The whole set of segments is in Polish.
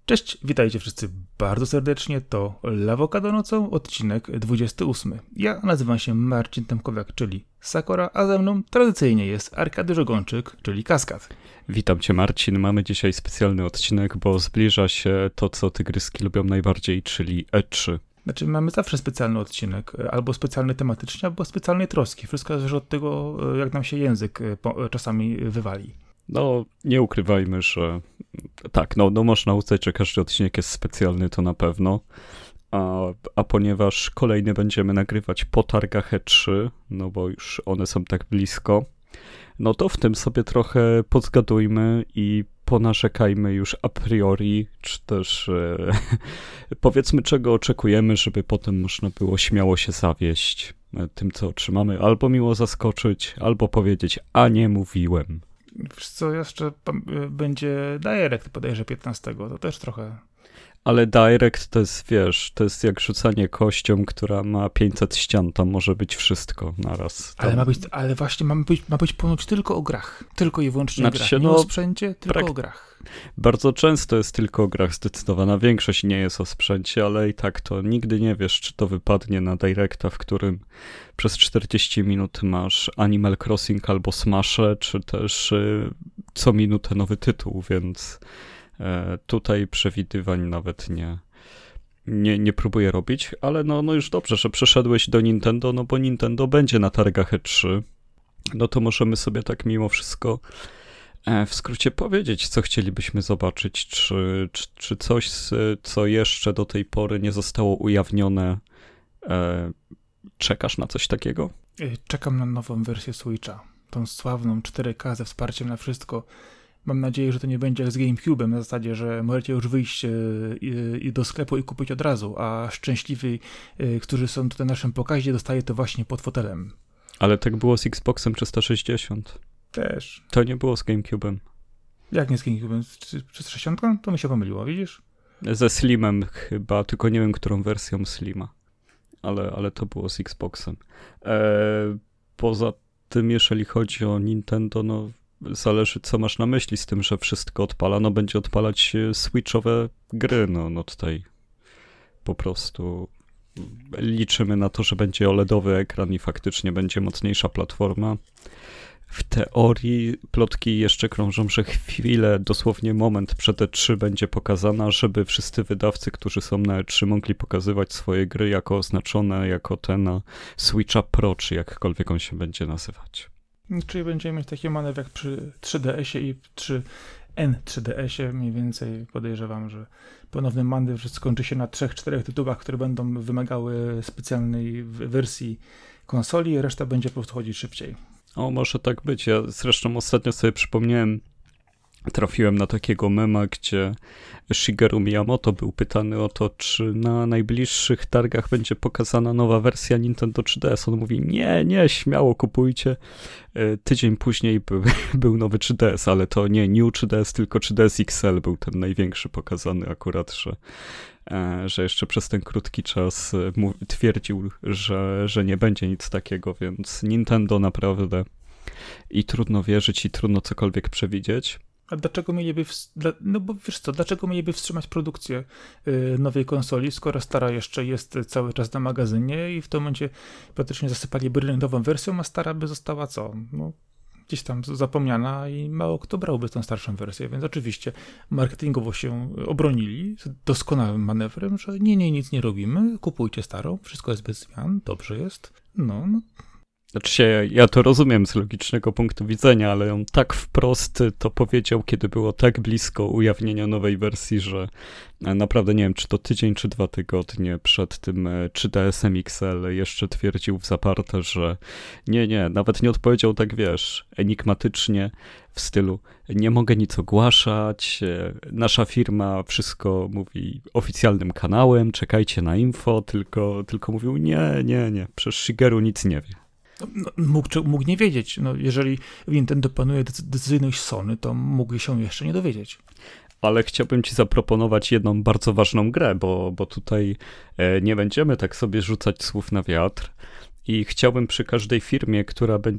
Cześć, witajcie wszyscy bardzo serdecznie, to Lawokado nocą, odcinek 28. Ja nazywam się Marcin Temkowiak, czyli Sakora, a ze mną tradycyjnie jest Arkadiusz Ogończyk, czyli Kaskad. Witam cię Marcin, mamy dzisiaj specjalny odcinek, bo zbliża się to, co tygryski lubią najbardziej, czyli E3. Znaczy mamy zawsze specjalny odcinek, albo specjalny tematycznie, albo specjalnej troski. Wszystko zależy od tego, jak nam się język czasami wywali. No, nie ukrywajmy, że tak, no można uznać, że każdy odcinek jest specjalny, to na pewno. A ponieważ kolejny będziemy nagrywać po targach E3, no bo już one są tak blisko, no to w tym sobie trochę pozgadujmy i ponarzekajmy już a priori, czy też powiedzmy, czego oczekujemy, żeby potem można było śmiało się zawieść tym, co otrzymamy, albo miło zaskoczyć, albo powiedzieć, a nie mówiłem. Wiesz co, jeszcze będzie Direct bodajże 15, to też trochę... Ale Direct to jest, wiesz, to jest jak rzucanie kością, która ma 500 ścian, tam może być wszystko naraz. Tam... Ale właśnie ma być ponoć tylko o grach, tylko i wyłącznie o grach, nie no, o sprzęcie, tylko o grach. Bardzo często jest tylko o grach, zdecydowana większość nie jest o sprzęcie, ale i tak to nigdy nie wiesz, czy to wypadnie na Directa, w którym przez 40 minut masz Animal Crossing albo Smasze, czy też co minutę nowy tytuł, więc... Tutaj przewidywań nawet nie próbuję robić, ale no już dobrze, że przeszedłeś do Nintendo, no bo Nintendo będzie na targach E3. No to możemy sobie tak mimo wszystko w skrócie powiedzieć, co chcielibyśmy zobaczyć, czy coś, co jeszcze do tej pory nie zostało ujawnione. Czekasz na coś takiego? Czekam na nową wersję Switcha, tą sławną 4K ze wsparciem na wszystko. Mam nadzieję, że to nie będzie jak z GameCube'em, na zasadzie, że możecie już wyjść do sklepu i kupić od razu, a szczęśliwi, którzy są tutaj na naszym pokazie, dostaje to właśnie pod fotelem. Ale tak było z Xboxem 360. Też. To nie było z GameCube'em. Jak nie z GameCube'em? 360? To mi się pomyliło, widzisz? Ze Slimem chyba, tylko nie wiem, którą wersją Slima. Ale to było z Xboxem. Poza tym, jeżeli chodzi o Nintendo, no zależy, co masz na myśli z tym, że wszystko odpala. No będzie odpalać switchowe gry. No tutaj po prostu liczymy na to, że będzie OLEDowy ekran i faktycznie będzie mocniejsza platforma. W teorii plotki jeszcze krążą, że chwilę, dosłownie moment przed E3 będzie pokazana, żeby wszyscy wydawcy, którzy są na E3, mogli pokazywać swoje gry jako oznaczone jako te na Switcha Pro, czy jakkolwiek on się będzie nazywać. Czyli będziemy mieć taki manewr jak przy 3DS-ie i przy N3DS-ie. Mniej więcej podejrzewam, że ponowny manewr skończy się na 3-4 tytułach, które będą wymagały specjalnej wersji konsoli, reszta będzie po prostu chodzić szybciej. O, może tak być. Ja zresztą ostatnio sobie przypomniałem, trafiłem na takiego mema, gdzie Shigeru Miyamoto był pytany o to, czy na najbliższych targach będzie pokazana nowa wersja Nintendo 3DS. On mówi, nie, śmiało kupujcie. Tydzień później był nowy 3DS, ale to nie New 3DS, tylko 3DS XL był ten największy pokazany akurat, że jeszcze przez ten krótki czas twierdził, że nie będzie nic takiego, więc Nintendo naprawdę i trudno wierzyć, i trudno cokolwiek przewidzieć. A dlaczego mieliby, no bo wiesz co, dlaczego mieliby wstrzymać produkcję nowej konsoli, skoro stara jeszcze jest cały czas na magazynie i w tym momencie praktycznie zasypaliby rynek nową wersją, a stara by została co? No, gdzieś tam zapomniana i mało kto brałby tą starszą wersję, więc oczywiście marketingowo się obronili z doskonałym manewrem, że nie, nic nie robimy, kupujcie starą, wszystko jest bez zmian, dobrze jest, no. Znaczy ja to rozumiem z logicznego punktu widzenia, ale on tak wprost to powiedział, kiedy było tak blisko ujawnienia nowej wersji, że naprawdę nie wiem, czy to tydzień, czy 2 tygodnie przed tym 3DS-em XL jeszcze twierdził w zaparte, że nie, nawet nie odpowiedział tak, wiesz, enigmatycznie w stylu nie mogę nic ogłaszać, nasza firma wszystko mówi oficjalnym kanałem, czekajcie na info, tylko mówił nie, przecież Shigeru nic nie wie. No, mógł nie wiedzieć. No, jeżeli Nintendo panuje decyzyjność Sony, to mógł się jeszcze nie dowiedzieć. Ale chciałbym ci zaproponować jedną bardzo ważną grę, bo tutaj nie będziemy tak sobie rzucać słów na wiatr i chciałbym przy każdej firmie, która będzie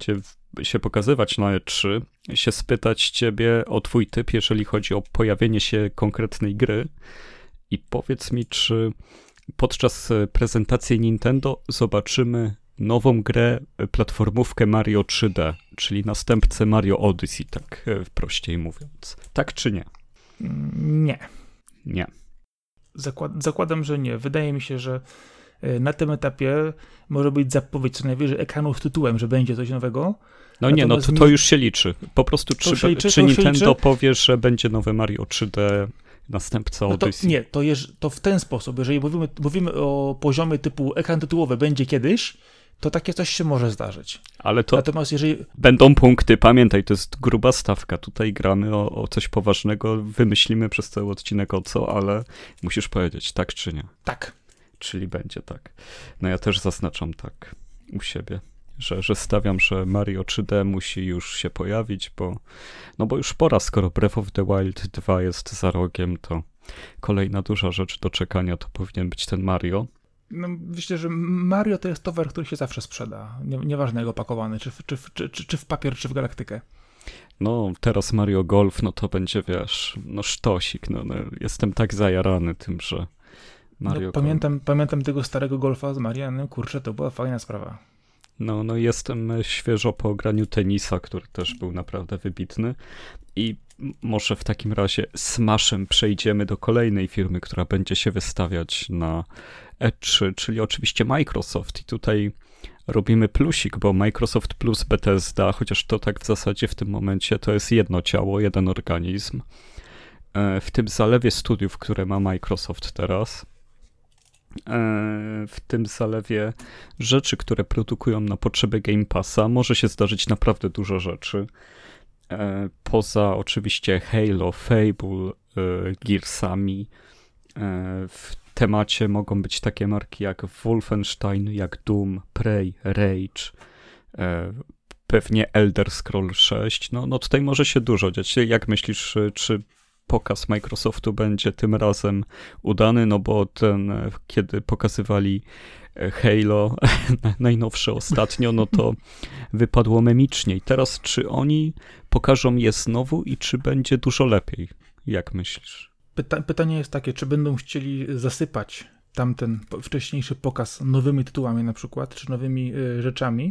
się pokazywać na E3, się spytać ciebie o twój typ, jeżeli chodzi o pojawienie się konkretnej gry i powiedz mi, czy podczas prezentacji Nintendo zobaczymy nową grę, platformówkę Mario 3D, czyli następcę Mario Odyssey, tak prościej mówiąc. Tak czy nie? Nie. Nie. Zakładam, że nie. Wydaje mi się, że na tym etapie może być zapowiedź co najwyżej ekranu z tytułem, że będzie coś nowego. No nie, no to już się liczy. Po prostu czy Nintendo powie, że będzie nowe Mario 3D, następca Odyssey? Nie, to w ten sposób. Jeżeli mówimy o poziomie typu ekran tytułowy będzie kiedyś, to takie coś się może zdarzyć. Ale to natomiast jeżeli... będą punkty, pamiętaj, to jest gruba stawka. Tutaj gramy o coś poważnego, wymyślimy przez cały odcinek o co, ale musisz powiedzieć tak czy nie. Tak. Czyli będzie tak. No ja też zaznaczam tak u siebie, że stawiam, że Mario 3D musi już się pojawić, bo już pora, skoro Breath of the Wild 2 jest za rogiem, to kolejna duża rzecz do czekania to powinien być ten Mario. No, myślę, że Mario to jest towar, który się zawsze sprzeda. Nieważne jak opakowany, czy w papier, czy w galaktykę. No, teraz Mario Golf, no to będzie, wiesz, no sztosik, no jestem tak zajarany tym, że Mario pamiętam tego starego Golfa z Marianem, kurczę, to była fajna sprawa. No jestem świeżo po graniu tenisa, który też był naprawdę wybitny i może w takim razie smashem przejdziemy do kolejnej firmy, która będzie się wystawiać na E3, czyli oczywiście Microsoft i tutaj robimy plusik, bo Microsoft plus Bethesda, chociaż to tak w zasadzie w tym momencie to jest jedno ciało, jeden organizm. W tym zalewie studiów, które ma Microsoft teraz, w tym zalewie rzeczy, które produkują na potrzeby Game Passa, może się zdarzyć naprawdę dużo rzeczy. Poza oczywiście Halo, Fable, Gearsami, w temacie mogą być takie marki jak Wolfenstein, jak Doom, Prey, Rage, pewnie Elder Scrolls 6. No tutaj może się dużo dziać. Jak myślisz, czy pokaz Microsoftu będzie tym razem udany? No bo kiedy pokazywali Halo, najnowsze ostatnio, no to wypadło memicznie. I teraz czy oni pokażą je znowu i czy będzie dużo lepiej? Jak myślisz? Pytanie jest takie, czy będą chcieli zasypać tamten wcześniejszy pokaz nowymi tytułami na przykład, czy nowymi rzeczami,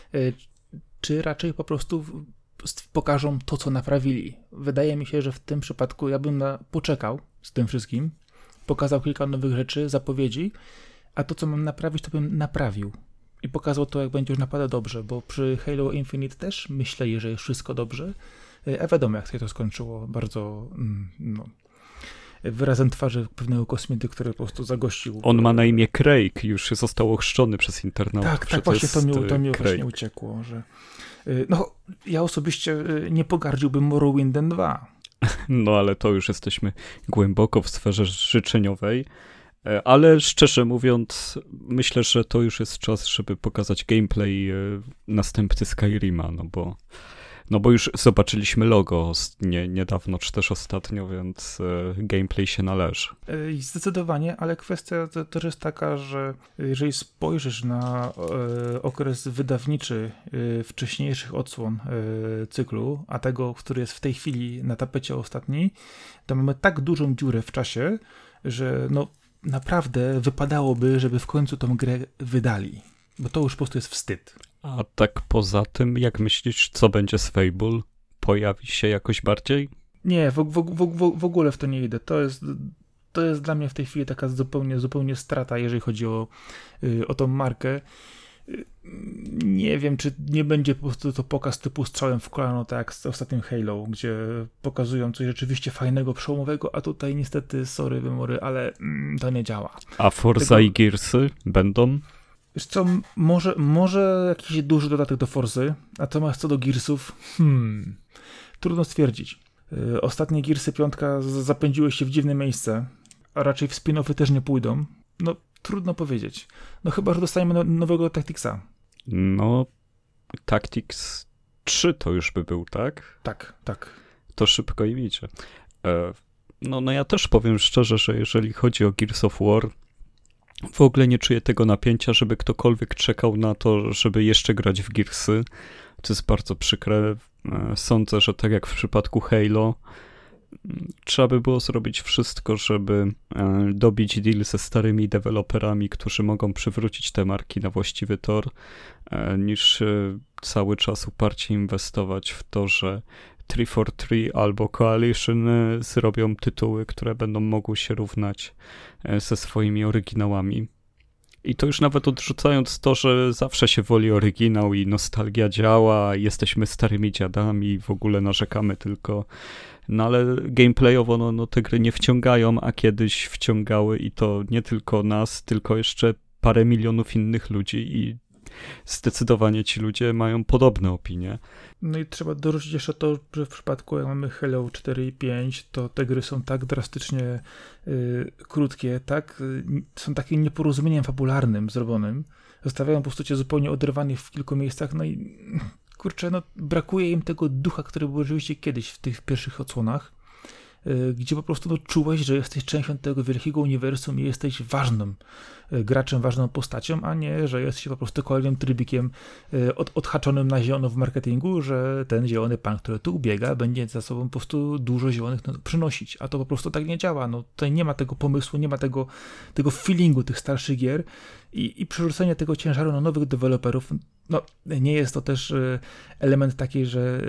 czy raczej po prostu pokażą to, co naprawili. Wydaje mi się, że w tym przypadku ja bym poczekał z tym wszystkim, pokazał kilka nowych rzeczy, zapowiedzi, a to, co mam naprawić, to bym naprawił. I pokazał to, jak będzie już naprawdę dobrze, bo przy Halo Infinite też myślę, że jest wszystko dobrze, a wiadomo, jak się to skończyło, bardzo wyrazem twarzy pewnego kosmity, który po prostu zagościł. On ma na imię Craig, już został ochrzczony przez internautów. Tak, właśnie to mi właśnie uciekło, że ja osobiście nie pogardziłbym Morrowindem 2. No ale to już jesteśmy głęboko w sferze życzeniowej, ale szczerze mówiąc, myślę, że to już jest czas, żeby pokazać gameplay następcy Skyrima, no bo już zobaczyliśmy logo niedawno, czy też ostatnio, więc gameplay się należy. Zdecydowanie, ale kwestia też jest taka, że jeżeli spojrzysz na okres wydawniczy wcześniejszych odsłon cyklu, a tego, który jest w tej chwili na tapecie ostatni, to mamy tak dużą dziurę w czasie, że naprawdę wypadałoby, żeby w końcu tą grę wydali, bo to już po prostu jest wstyd. A tak poza tym, jak myślisz, co będzie z Fable? Pojawi się jakoś bardziej? Nie, w ogóle w to nie idę. To jest dla mnie w tej chwili taka zupełnie strata, jeżeli chodzi o tą markę. Nie wiem, czy nie będzie po prostu to pokaz typu strzałem w kolano, tak jak z ostatnim Halo, gdzie pokazują coś rzeczywiście fajnego, przełomowego, a tutaj niestety, sorry, wymory, ale to nie działa. A Forza i Gearsy będą? Wiesz co, może jakiś duży dodatek do Forzy, natomiast co do Gearsów, trudno stwierdzić. Ostatnie Gearsy 5 zapędziły się w dziwne miejsce, a raczej w spin-offy też nie pójdą. No, trudno powiedzieć. No chyba, że dostaniemy nowego Tacticsa. No, Tactics 3 to już by był, tak? Tak. To szybko im idzie. No ja też powiem szczerze, że jeżeli chodzi o Gears of War, w ogóle nie czuję tego napięcia, żeby ktokolwiek czekał na to, żeby jeszcze grać w Gearsy. To jest bardzo przykre. Sądzę, że tak jak w przypadku Halo, trzeba by było zrobić wszystko, żeby dobić deal ze starymi deweloperami, którzy mogą przywrócić te marki na właściwy tor, niż cały czas uparcie inwestować w to, że 343 albo Coalition zrobią tytuły, które będą mogły się równać ze swoimi oryginałami. I to już nawet odrzucając to, że zawsze się woli oryginał i nostalgia działa, jesteśmy starymi dziadami, w ogóle narzekamy tylko. No ale gameplayowo no te gry nie wciągają, a kiedyś wciągały i to nie tylko nas, tylko jeszcze parę milionów innych ludzi i zdecydowanie ci ludzie mają podobne opinie. No i trzeba dorzucić jeszcze to, że w przypadku jak mamy Halo 4 i 5, to te gry są tak drastycznie krótkie, są takim nieporozumieniem fabularnym zrobionym. Zostawiają po prostu cię zupełnie oderwany w kilku miejscach, no i kurczę, no brakuje im tego ducha, który był rzeczywiście kiedyś w tych pierwszych odsłonach, gdzie po prostu czułeś, że jesteś częścią tego wielkiego uniwersum i jesteś ważnym graczem, ważną postacią, a nie, że jesteś po prostu kolejnym trybikiem odhaczonym na zielono w marketingu, że ten zielony pan, który tu ubiega, będzie za sobą po prostu dużo zielonych przynosić, a to po prostu tak nie działa. No, tutaj nie ma tego pomysłu, nie ma tego feelingu tych starszych gier i przerzucenie tego ciężaru na nowych deweloperów, no nie jest to też element taki, że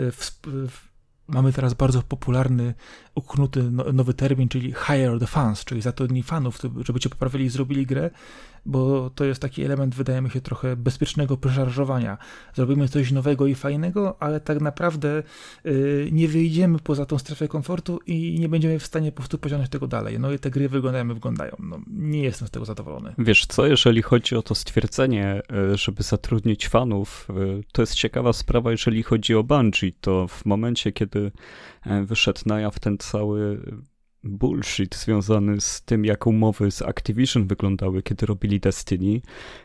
mamy teraz bardzo popularny, uknuty nowy termin, czyli hire the fans, czyli zatrudnij fanów, żeby cię poprawili i zrobili grę, bo to jest taki element, wydaje mi się, trochę bezpiecznego przeszarżowania. Zrobimy coś nowego i fajnego, ale tak naprawdę nie wyjdziemy poza tą strefę komfortu i nie będziemy w stanie po prostu pociągnąć tego dalej. No i te gry wyglądają. No, nie jestem z tego zadowolony. Wiesz co, jeżeli chodzi o to stwierdzenie, żeby zatrudnić fanów, to jest ciekawa sprawa, jeżeli chodzi o Bungie, to w momencie, kiedy wyszedł na jaw ten cały bullshit związany z tym, jak umowy z Activision wyglądały, kiedy robili Destiny,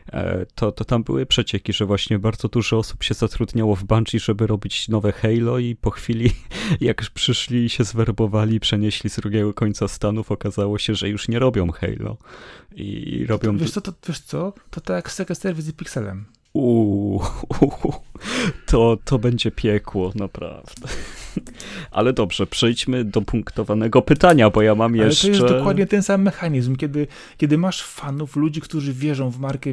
to tam były przecieki, że właśnie bardzo dużo osób się zatrudniało w Bungie, żeby robić nowe Halo i po chwili, jak przyszli i się zwerbowali, przenieśli z drugiego końca Stanów, okazało się, że już nie robią Halo. I robią... Wiesz co? To tak jak Sega Service z Pixelem. To będzie piekło, naprawdę. Ale dobrze, przejdźmy do punktowanego pytania, bo ja mam jeszcze... Ale to jest dokładnie ten sam mechanizm, kiedy masz fanów, ludzi, którzy wierzą w markę,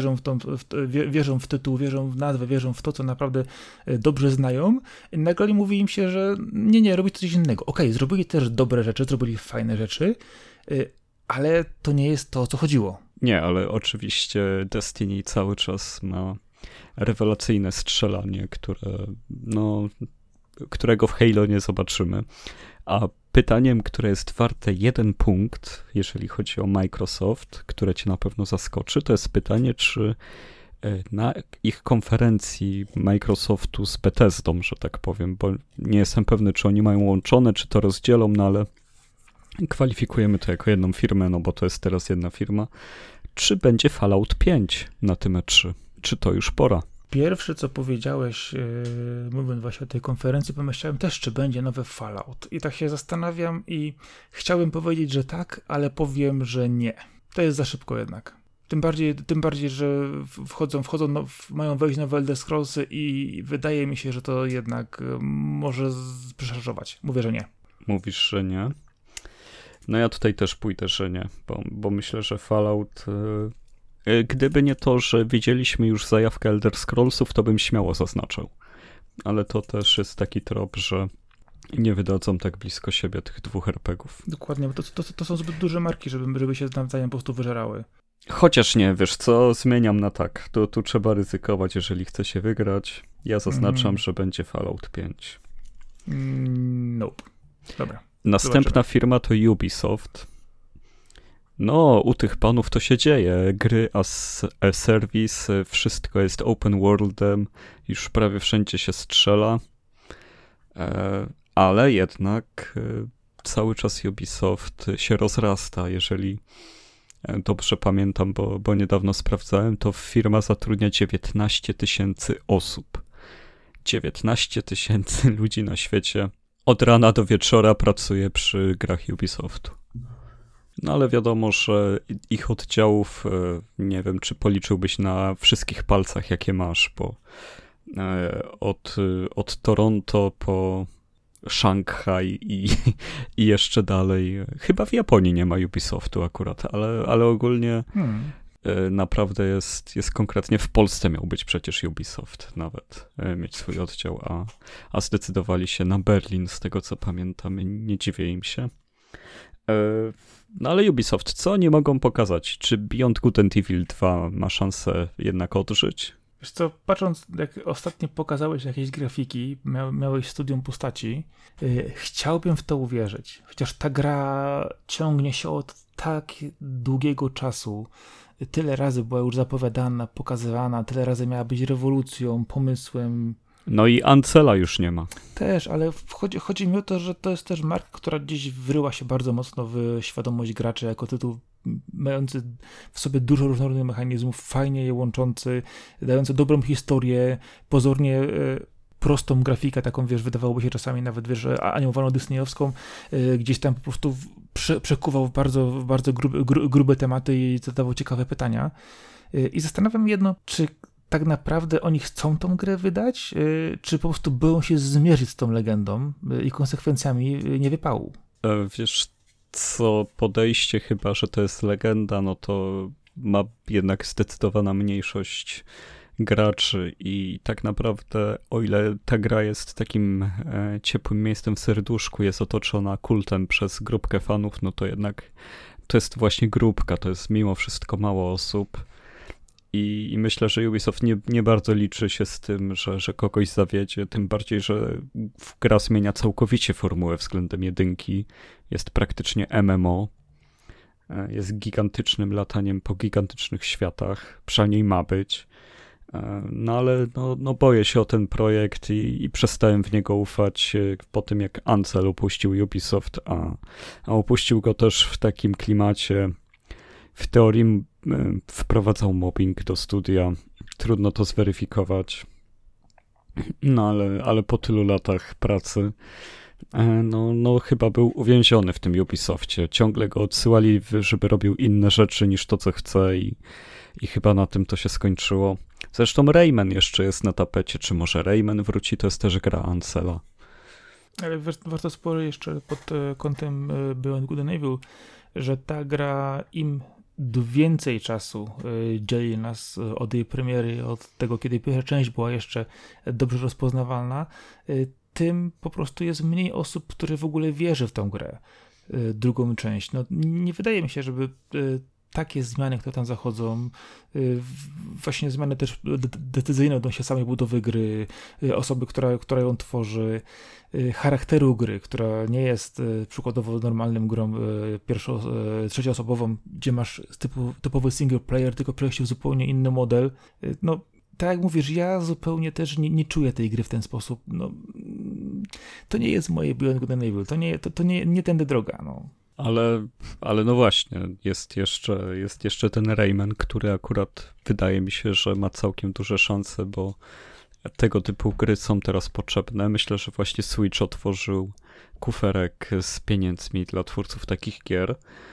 wierzą w tytuł, wierzą w nazwę, wierzą w to, co naprawdę dobrze znają, i nagle mówi im się, że nie, robić coś innego. Okej, zrobili też dobre rzeczy, zrobili fajne rzeczy, ale to nie jest to, o co chodziło. Nie, ale oczywiście Destiny cały czas ma rewelacyjne strzelanie, którego w Halo nie zobaczymy. A pytaniem, które jest warte 1 punkt, jeżeli chodzi o Microsoft, które cię na pewno zaskoczy, to jest pytanie, czy na ich konferencji Microsoftu z Bethesdą, że tak powiem, bo nie jestem pewny, czy oni mają łączone, czy to rozdzielą, no ale kwalifikujemy to jako jedną firmę, no bo to jest teraz jedna firma. Czy będzie Fallout 5 na tym E3? Czy to już pora? Pierwsze, co powiedziałeś, mówiąc właśnie o tej konferencji, pomyślałem też, czy będzie nowy Fallout. I tak się zastanawiam i chciałbym powiedzieć, że tak, ale powiem, że nie. To jest za szybko jednak. Tym bardziej, że mają wejść nowe Elder Scrollsy i wydaje mi się, że to jednak może przeszarżować. Mówię, że nie. Mówisz, że nie? No ja tutaj też pójdę, że nie, bo myślę, że Fallout, gdyby nie to, że widzieliśmy już zajawkę Elder Scrollsów, to bym śmiało zaznaczył. Ale to też jest taki trop, że nie wydadzą tak blisko siebie tych 2 RPGów. Dokładnie, bo to są zbyt duże marki, żeby się nawzajem po prostu wyżerały. Chociaż nie, wiesz co, zmieniam na tak. Tu trzeba ryzykować, jeżeli chce się wygrać. Ja zaznaczam, że będzie Fallout 5. Nope. Dobra. Następna firma to Ubisoft. No, u tych panów to się dzieje. Gry as a service, wszystko jest open worldem, już prawie wszędzie się strzela. Ale jednak cały czas Ubisoft się rozrasta. Jeżeli dobrze pamiętam, bo niedawno sprawdzałem, to firma zatrudnia 19 000 osób. 19 000 ludzi na świecie. Od rana do wieczora pracuje przy grach Ubisoftu. No ale wiadomo, że ich oddziałów, nie wiem, czy policzyłbyś na wszystkich palcach, jakie masz, Od Toronto po Szanghaj i jeszcze dalej. Chyba w Japonii nie ma Ubisoftu akurat, ale ogólnie naprawdę jest konkretnie w Polsce miał być przecież Ubisoft nawet mieć swój oddział, a zdecydowali się na Berlin, z tego co pamiętam, nie dziwię im się. No ale Ubisoft, co nie mogą pokazać? Czy Beyond Good and Evil 2 ma szansę jednak odżyć? Wiesz co, patrząc jak ostatnio pokazałeś jakieś grafiki, miałeś studium postaci, chciałbym w to uwierzyć. Chociaż ta gra ciągnie się od tak długiego czasu. Tyle razy była już zapowiadana, pokazywana, tyle razy miała być rewolucją, pomysłem. No i Ancela już nie ma. Też, ale chodzi mi o to, że to jest też marka, która gdzieś wryła się bardzo mocno w świadomość graczy jako tytuł mający w sobie dużo różnorodnych mechanizmów, fajnie je łączący, dający dobrą historię, pozornie prostą grafikę, taką, wiesz, wydawałoby się czasami nawet, wiesz, animowaną disneyowską, gdzieś tam po prostu przekuwał w bardzo grube tematy i zadawał ciekawe pytania. I zastanawiam jedno, czy tak naprawdę oni chcą tą grę wydać, czy po prostu boją się zmierzyć z tą legendą i konsekwencjami niewypału? Wiesz co, podejście chyba, że to jest legenda, no to ma jednak zdecydowana mniejszość graczy i tak naprawdę, o ile ta gra jest takim ciepłym miejscem w serduszku, jest otoczona kultem przez grupkę fanów, no to jednak to jest właśnie grupka, to jest mimo wszystko mało osób. I myślę, że Ubisoft nie bardzo liczy się z tym, że kogoś zawiedzie, tym bardziej, że gra zmienia całkowicie formułę względem jedynki. Jest praktycznie MMO, jest gigantycznym lataniem po gigantycznych światach, przynajmniej ma być. No ale boję się o ten projekt i przestałem w niego ufać po tym, jak Ancel opuścił Ubisoft, a opuścił go też w takim klimacie. W teorii wprowadzał mobbing do studia. Trudno to zweryfikować. No ale po tylu latach pracy no chyba był uwięziony w tym Ubisoftie. Ciągle go odsyłali, żeby robił inne rzeczy niż to, co chce i chyba na tym to się skończyło. Zresztą Rayman jeszcze jest na tapecie. Czy może Rayman wróci? To jest też gra Ancela. Ale warto sporo jeszcze pod kątem Beyond Good and Evil, że ta gra im więcej czasu dzieli nas od jej premiery, od tego, kiedy pierwsza część była jeszcze dobrze rozpoznawalna, tym po prostu jest mniej osób, które w ogóle wierzy w tę grę, drugą część. No, nie wydaje mi się, żeby takie zmiany, które tam zachodzą, właśnie zmiany też decyzyjne odnośnie samej budowy gry, osoby, która ją tworzy, charakteru gry, która nie jest przykładowo normalnym grą trzecioosobową, gdzie masz typowy single player, tylko przejście w zupełnie inny model. No, tak jak mówisz, ja zupełnie też nie czuję tej gry w ten sposób. No, to nie jest moje Beyond Good and Evil, to nie tędy droga, no. Ale no właśnie, jest jeszcze ten Rayman, który akurat wydaje mi się, że ma całkiem duże szanse, bo tego typu gry są teraz potrzebne. Myślę, że właśnie Switch otworzył kuferek z pieniędzmi dla twórców takich gier,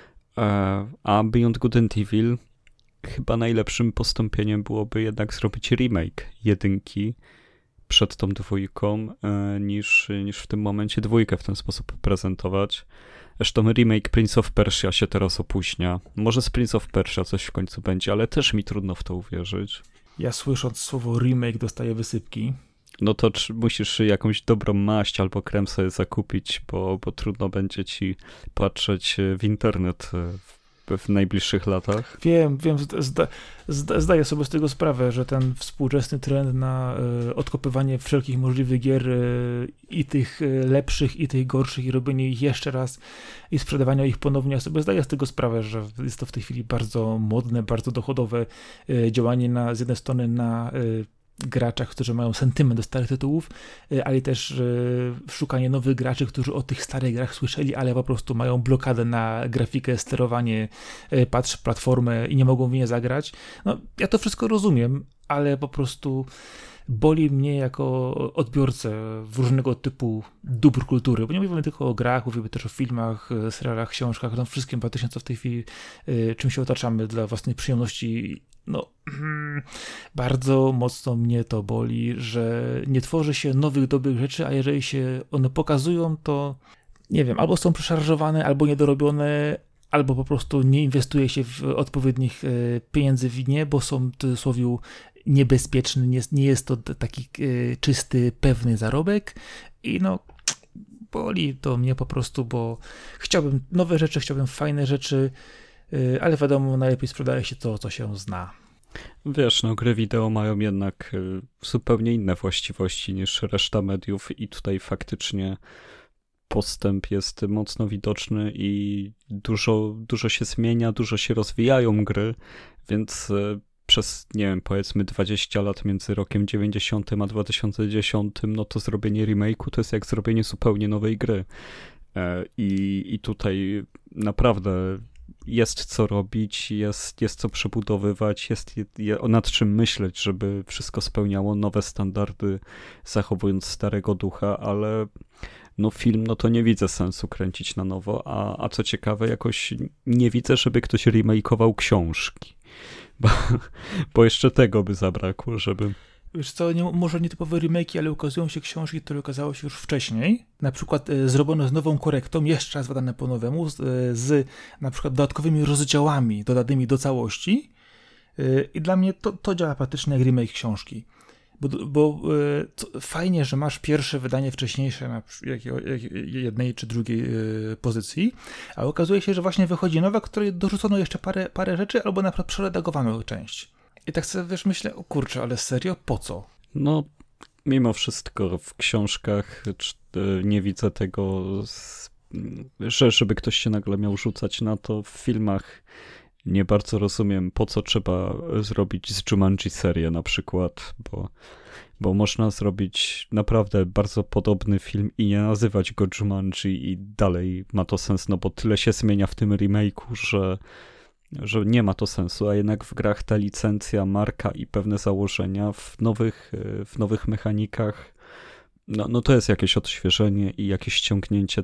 a Beyond Good and Evil chyba najlepszym postąpieniem byłoby jednak zrobić remake jedynki przed tą dwójką, niż w tym momencie dwójkę w ten sposób prezentować. Zresztą remake Prince of Persia się teraz opóźnia. Może z Prince of Persia coś w końcu będzie, ale też mi trudno w to uwierzyć. Ja słysząc słowo remake dostaję wysypki. No to musisz jakąś dobrą maść albo krem sobie zakupić, bo trudno będzie ci patrzeć w internet w najbliższych latach. Wiem, zdaję sobie z tego sprawę, że ten współczesny trend na odkopywanie wszelkich możliwych gier i tych lepszych, i tych gorszych, i robienie ich jeszcze raz i sprzedawanie ich ponownie, ja sobie zdaję z tego sprawę, że jest to w tej chwili bardzo modne, bardzo dochodowe działanie z jednej strony na graczach, którzy mają sentyment do starych tytułów, ale też szukanie nowych graczy, którzy o tych starych grach słyszeli, ale po prostu mają blokadę na grafikę, sterowanie, platformę i nie mogą w nie zagrać. No, ja to wszystko rozumiem, ale po prostu boli mnie jako odbiorcę w różnego typu dóbr kultury, bo nie mówimy tylko o grach, mówimy też o filmach, serialach, książkach, no wszystkim praktycznie, co w tej chwili czym się otaczamy dla własnej przyjemności. No, bardzo mocno mnie to boli, że nie tworzy się nowych, dobrych rzeczy, a jeżeli się one pokazują, to nie wiem, albo są przeszarżowane, albo niedorobione, albo po prostu nie inwestuje się w odpowiednich pieniędzy w nie, bo są w cudzysłowie niebezpieczne, nie jest to taki czysty, pewny zarobek i no boli to mnie po prostu, bo chciałbym nowe rzeczy, chciałbym fajne rzeczy, ale wiadomo, najlepiej sprzedaje się to, co się zna. Wiesz, no gry wideo mają jednak zupełnie inne właściwości niż reszta mediów i tutaj faktycznie postęp jest mocno widoczny i dużo się zmienia, dużo się rozwijają gry, więc przez, nie wiem, powiedzmy 20 lat między rokiem 90 a 2010, no to zrobienie remake'u to jest jak zrobienie zupełnie nowej gry. I tutaj naprawdę jest co robić, jest co przebudowywać, jest nad czym myśleć, żeby wszystko spełniało nowe standardy, zachowując starego ducha, ale no film, no to nie widzę sensu kręcić na nowo, a co ciekawe, jakoś nie widzę, żeby ktoś remakeował książki, bo jeszcze tego by zabrakło, żeby... Wiesz co, może nie typowe remake'i, ale ukazują się książki, które ukazały się już wcześniej, na przykład zrobione z nową korektą, jeszcze raz wydane po nowemu, z na przykład dodatkowymi rozdziałami dodanymi do całości i dla mnie to działa praktycznie jak remake książki. Bo fajnie, że masz pierwsze wydanie wcześniejsze na jednej czy drugiej pozycji, a okazuje się, że właśnie wychodzi nowa, której dorzucono jeszcze parę rzeczy, albo na przykład przeredagowano część. I tak sobie, wiesz, myślę, o kurczę, ale serio, po co? No, mimo wszystko w książkach nie widzę tego, żeby ktoś się nagle miał rzucać na to. W filmach nie bardzo rozumiem, po co trzeba zrobić z Jumanji serię na przykład, bo można zrobić naprawdę bardzo podobny film i nie nazywać go Jumanji i dalej ma to sens, no bo tyle się zmienia w tym remake'u, że nie ma to sensu, a jednak w grach ta licencja, marka i pewne założenia w nowych mechanikach, no to jest jakieś odświeżenie i jakieś ściągnięcie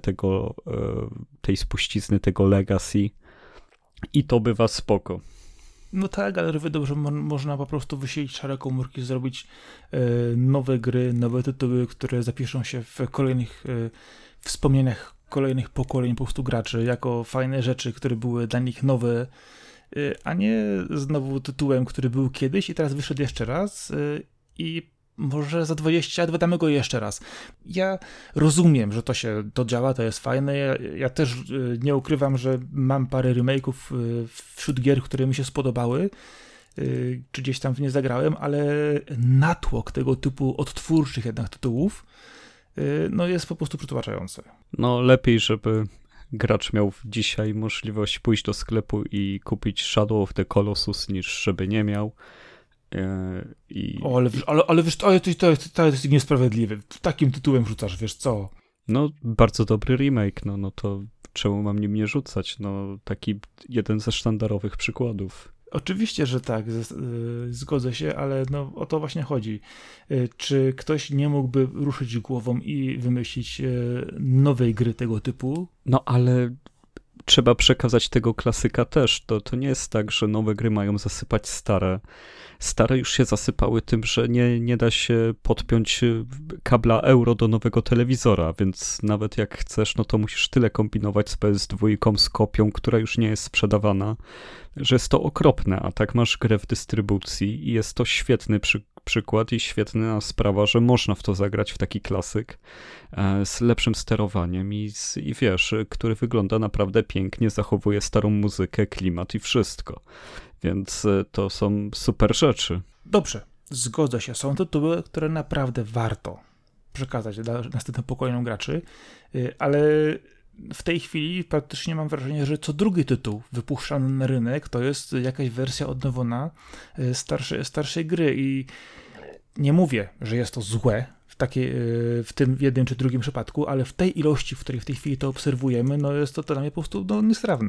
tej spuścizny, tego legacy i to bywa spoko. No tak, ale równie dobrze można po prostu wysilić szare komórki, zrobić nowe gry, nowe tytuły, które zapiszą się w kolejnych wspomnieniach kolejnych pokoleń po prostu graczy, jako fajne rzeczy, które były dla nich nowe, a nie znowu tytułem, który był kiedyś i teraz wyszedł jeszcze raz i może za 20 lat wydamy go jeszcze raz. Ja rozumiem, że to działa, to jest fajne. Ja też nie ukrywam, że mam parę remake'ów wśród gier, które mi się spodobały, czy gdzieś tam w nie zagrałem, ale natłok tego typu odtwórczych jednak tytułów no jest po prostu przytłaczający. No lepiej, żeby gracz miał dzisiaj możliwość pójść do sklepu i kupić Shadow of the Colossus, niż żeby nie miał. Ale wiesz, to jest niesprawiedliwe. Takim tytułem rzucasz, wiesz co? No, bardzo dobry remake, no to czemu mam nim nie rzucać? No, taki jeden ze sztandarowych przykładów. Oczywiście, że tak, zgodzę się, ale no o to właśnie chodzi. Czy ktoś nie mógłby ruszyć głową i wymyślić nowej gry tego typu? No, ale trzeba przekazać tego klasyka też. To nie jest tak, że nowe gry mają zasypać stare. Stare już się zasypały tym, że nie da się podpiąć kabla euro do nowego telewizora, więc nawet jak chcesz, no to musisz tyle kombinować z PS2, z kopią, która już nie jest sprzedawana, że jest to okropne, a tak masz grę w dystrybucji i jest to świetny przykład i świetna sprawa, że można w to zagrać, w taki klasyk z lepszym sterowaniem i wiesz, który wygląda naprawdę pięknie, zachowuje starą muzykę, klimat i wszystko. Więc to są super rzeczy. Dobrze, zgodzę się. Są tytuły, które naprawdę warto przekazać następnym pokoleniom graczy, ale w tej chwili praktycznie mam wrażenie, że co drugi tytuł wypuszczany na rynek to jest jakaś wersja odnowiona starszej gry i nie mówię, że jest to złe w tym jednym czy drugim przypadku, ale w tej ilości, w której w tej chwili to obserwujemy, no jest to dla mnie po prostu niestrawne.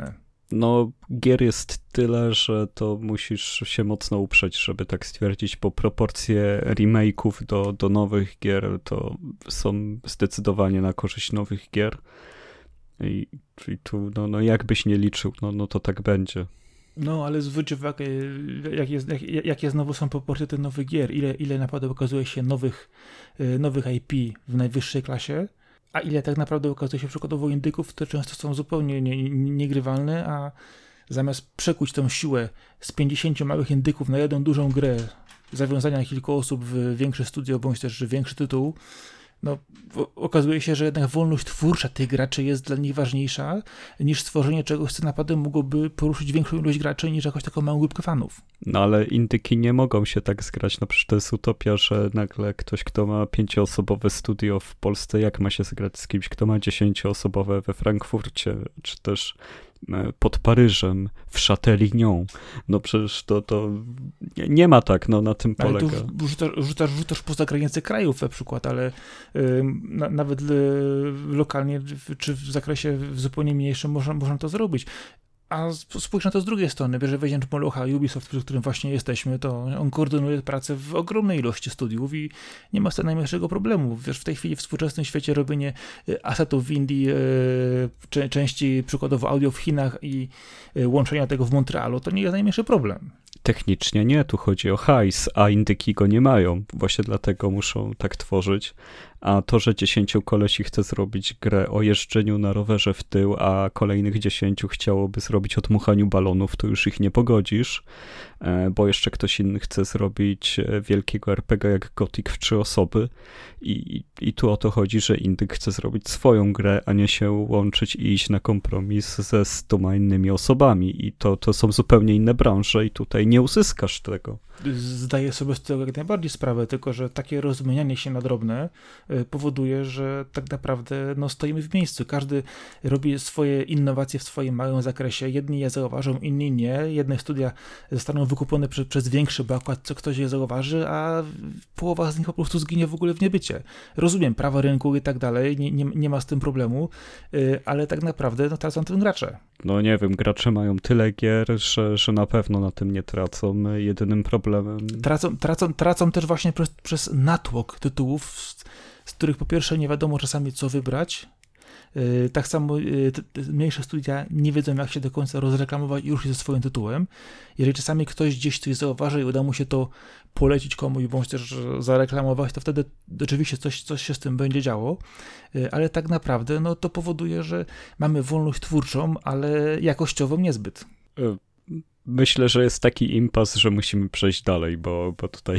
No, gier jest tyle, że to musisz się mocno uprzeć, żeby tak stwierdzić, bo proporcje remake'ów do nowych gier to są zdecydowanie na korzyść nowych gier. I tu, no jakbyś nie liczył, no to tak będzie. No, ale zwróć uwagę, jakie znowu są proporcje tych nowych gier, ile naprawdę okazuje się nowych IP w najwyższej klasie, a ile tak naprawdę okazuje się przykładowo indyków, które często są zupełnie niegrywalne, a zamiast przekuć tę siłę z 50 małych indyków na jedną dużą grę, zawiązania kilku osób w większe studio, bądź też większy tytuł, no, okazuje się, że jednak wolność twórcza tych graczy jest dla nich ważniejsza niż stworzenie czegoś, co naprawdę mogłoby poruszyć większą ilość graczy niż jakąś taką małą grupkę fanów. No ale indyki nie mogą się tak zgrać, no przecież to jest utopia, że nagle ktoś, kto ma 5-osobowe studio w Polsce, jak ma się zgrać z kimś, kto ma 10-osobowe we Frankfurcie, czy też pod Paryżem, w Châtellignon. No przecież to nie ma tak, no na tym polega. Ale tu rzucasz poza granice krajów na przykład, ale nawet lokalnie, czy w zakresie zupełnie mniejszym można to zrobić. A spójrz na to z drugiej strony, że weźmiemy Molocha, Ubisoft, przy którym właśnie jesteśmy, to on koordynuje pracę w ogromnej ilości studiów i nie ma z tym najmniejszego problemu. Wiesz, w tej chwili w współczesnym świecie robienie asetów w Indii, części przykładowo audio w Chinach i łączenia tego w Montrealu, to nie jest najmniejszy problem. Technicznie nie, tu chodzi o hajs, a indyki go nie mają. Właśnie dlatego muszą tak tworzyć. A to, że 10 kolesi chce zrobić grę o jeżdżeniu na rowerze w tył, a kolejnych 10 chciałoby zrobić o dmuchaniu balonów, to już ich nie pogodzisz, bo jeszcze ktoś inny chce zrobić wielkiego RPG jak Gothic w 3 osoby i tu o to chodzi, że indyk chce zrobić swoją grę, a nie się łączyć i iść na kompromis ze 100 innymi osobami i to są zupełnie inne branże i tutaj nie uzyskasz tego. Zdaję sobie z tego jak najbardziej sprawę, tylko że takie rozmienianie się na drobne powoduje, że tak naprawdę stoimy w miejscu. Każdy robi swoje innowacje w swoim małym zakresie. Jedni je zauważą, inni nie. Jedne studia zostaną wykupione przez większy, bo akurat co ktoś je zauważy, a połowa z nich po prostu zginie w ogóle w niebycie. Rozumiem, prawa rynku i tak dalej, nie ma z tym problemu, ale tak naprawdę tracą tym gracze. No nie wiem, gracze mają tyle gier, że na pewno na tym nie tracą. Jedynym problemem... Tracą też właśnie przez natłok tytułów, z których po pierwsze nie wiadomo czasami co wybrać. Tak samo mniejsze studia nie wiedzą jak się do końca rozreklamować i ruszyć ze swoim tytułem. Jeżeli czasami ktoś gdzieś coś zauważy i uda mu się to polecić komuś bądź też zareklamować, to wtedy oczywiście coś się z tym będzie działo, ale tak naprawdę to powoduje, że mamy wolność twórczą, ale jakościową niezbyt. Myślę, że jest taki impas, że musimy przejść dalej, bo tutaj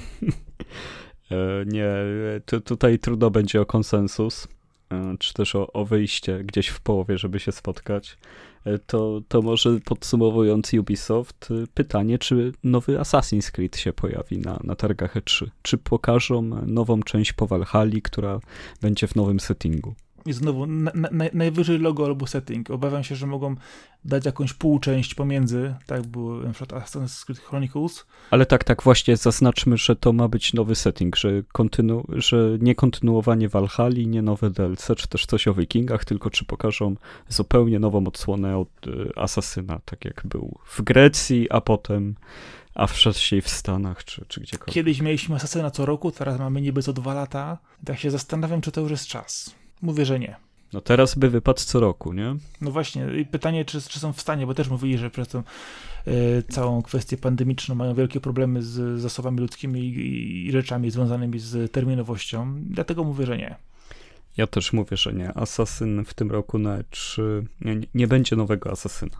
tutaj trudno będzie o konsensus, czy też o wyjście gdzieś w połowie, żeby się spotkać. To może podsumowując Ubisoft, pytanie, czy nowy Assassin's Creed się pojawi na targach E3? Czy pokażą nową część po Valhalli, która będzie w nowym settingu? I znowu najwyżej logo albo setting. Obawiam się, że mogą dać jakąś półczęść pomiędzy, tak było na przykład Assassin's Creed Chronicles. Ale tak właśnie zaznaczmy, że to ma być nowy setting, że nie kontynuowanie Valhalli, nie nowe DLC, czy też coś o Wikingach, tylko czy pokażą zupełnie nową odsłonę od Asasyna, tak jak był w Grecji, a wcześniej w Stanach, czy gdziekolwiek. Kiedyś mieliśmy Asasyna co roku, teraz mamy niby co 2 lata. Tak się zastanawiam, czy to już jest czas. Mówię, że nie. No teraz by wypadł co roku, nie? No właśnie, i pytanie, czy są w stanie, bo też mówili, że przez tą całą kwestię pandemiczną mają wielkie problemy z zasobami ludzkimi i rzeczami związanymi z terminowością, dlatego mówię, że nie. Ja też mówię, że nie. Assassin w tym roku na E3 nie będzie nowego Assassina.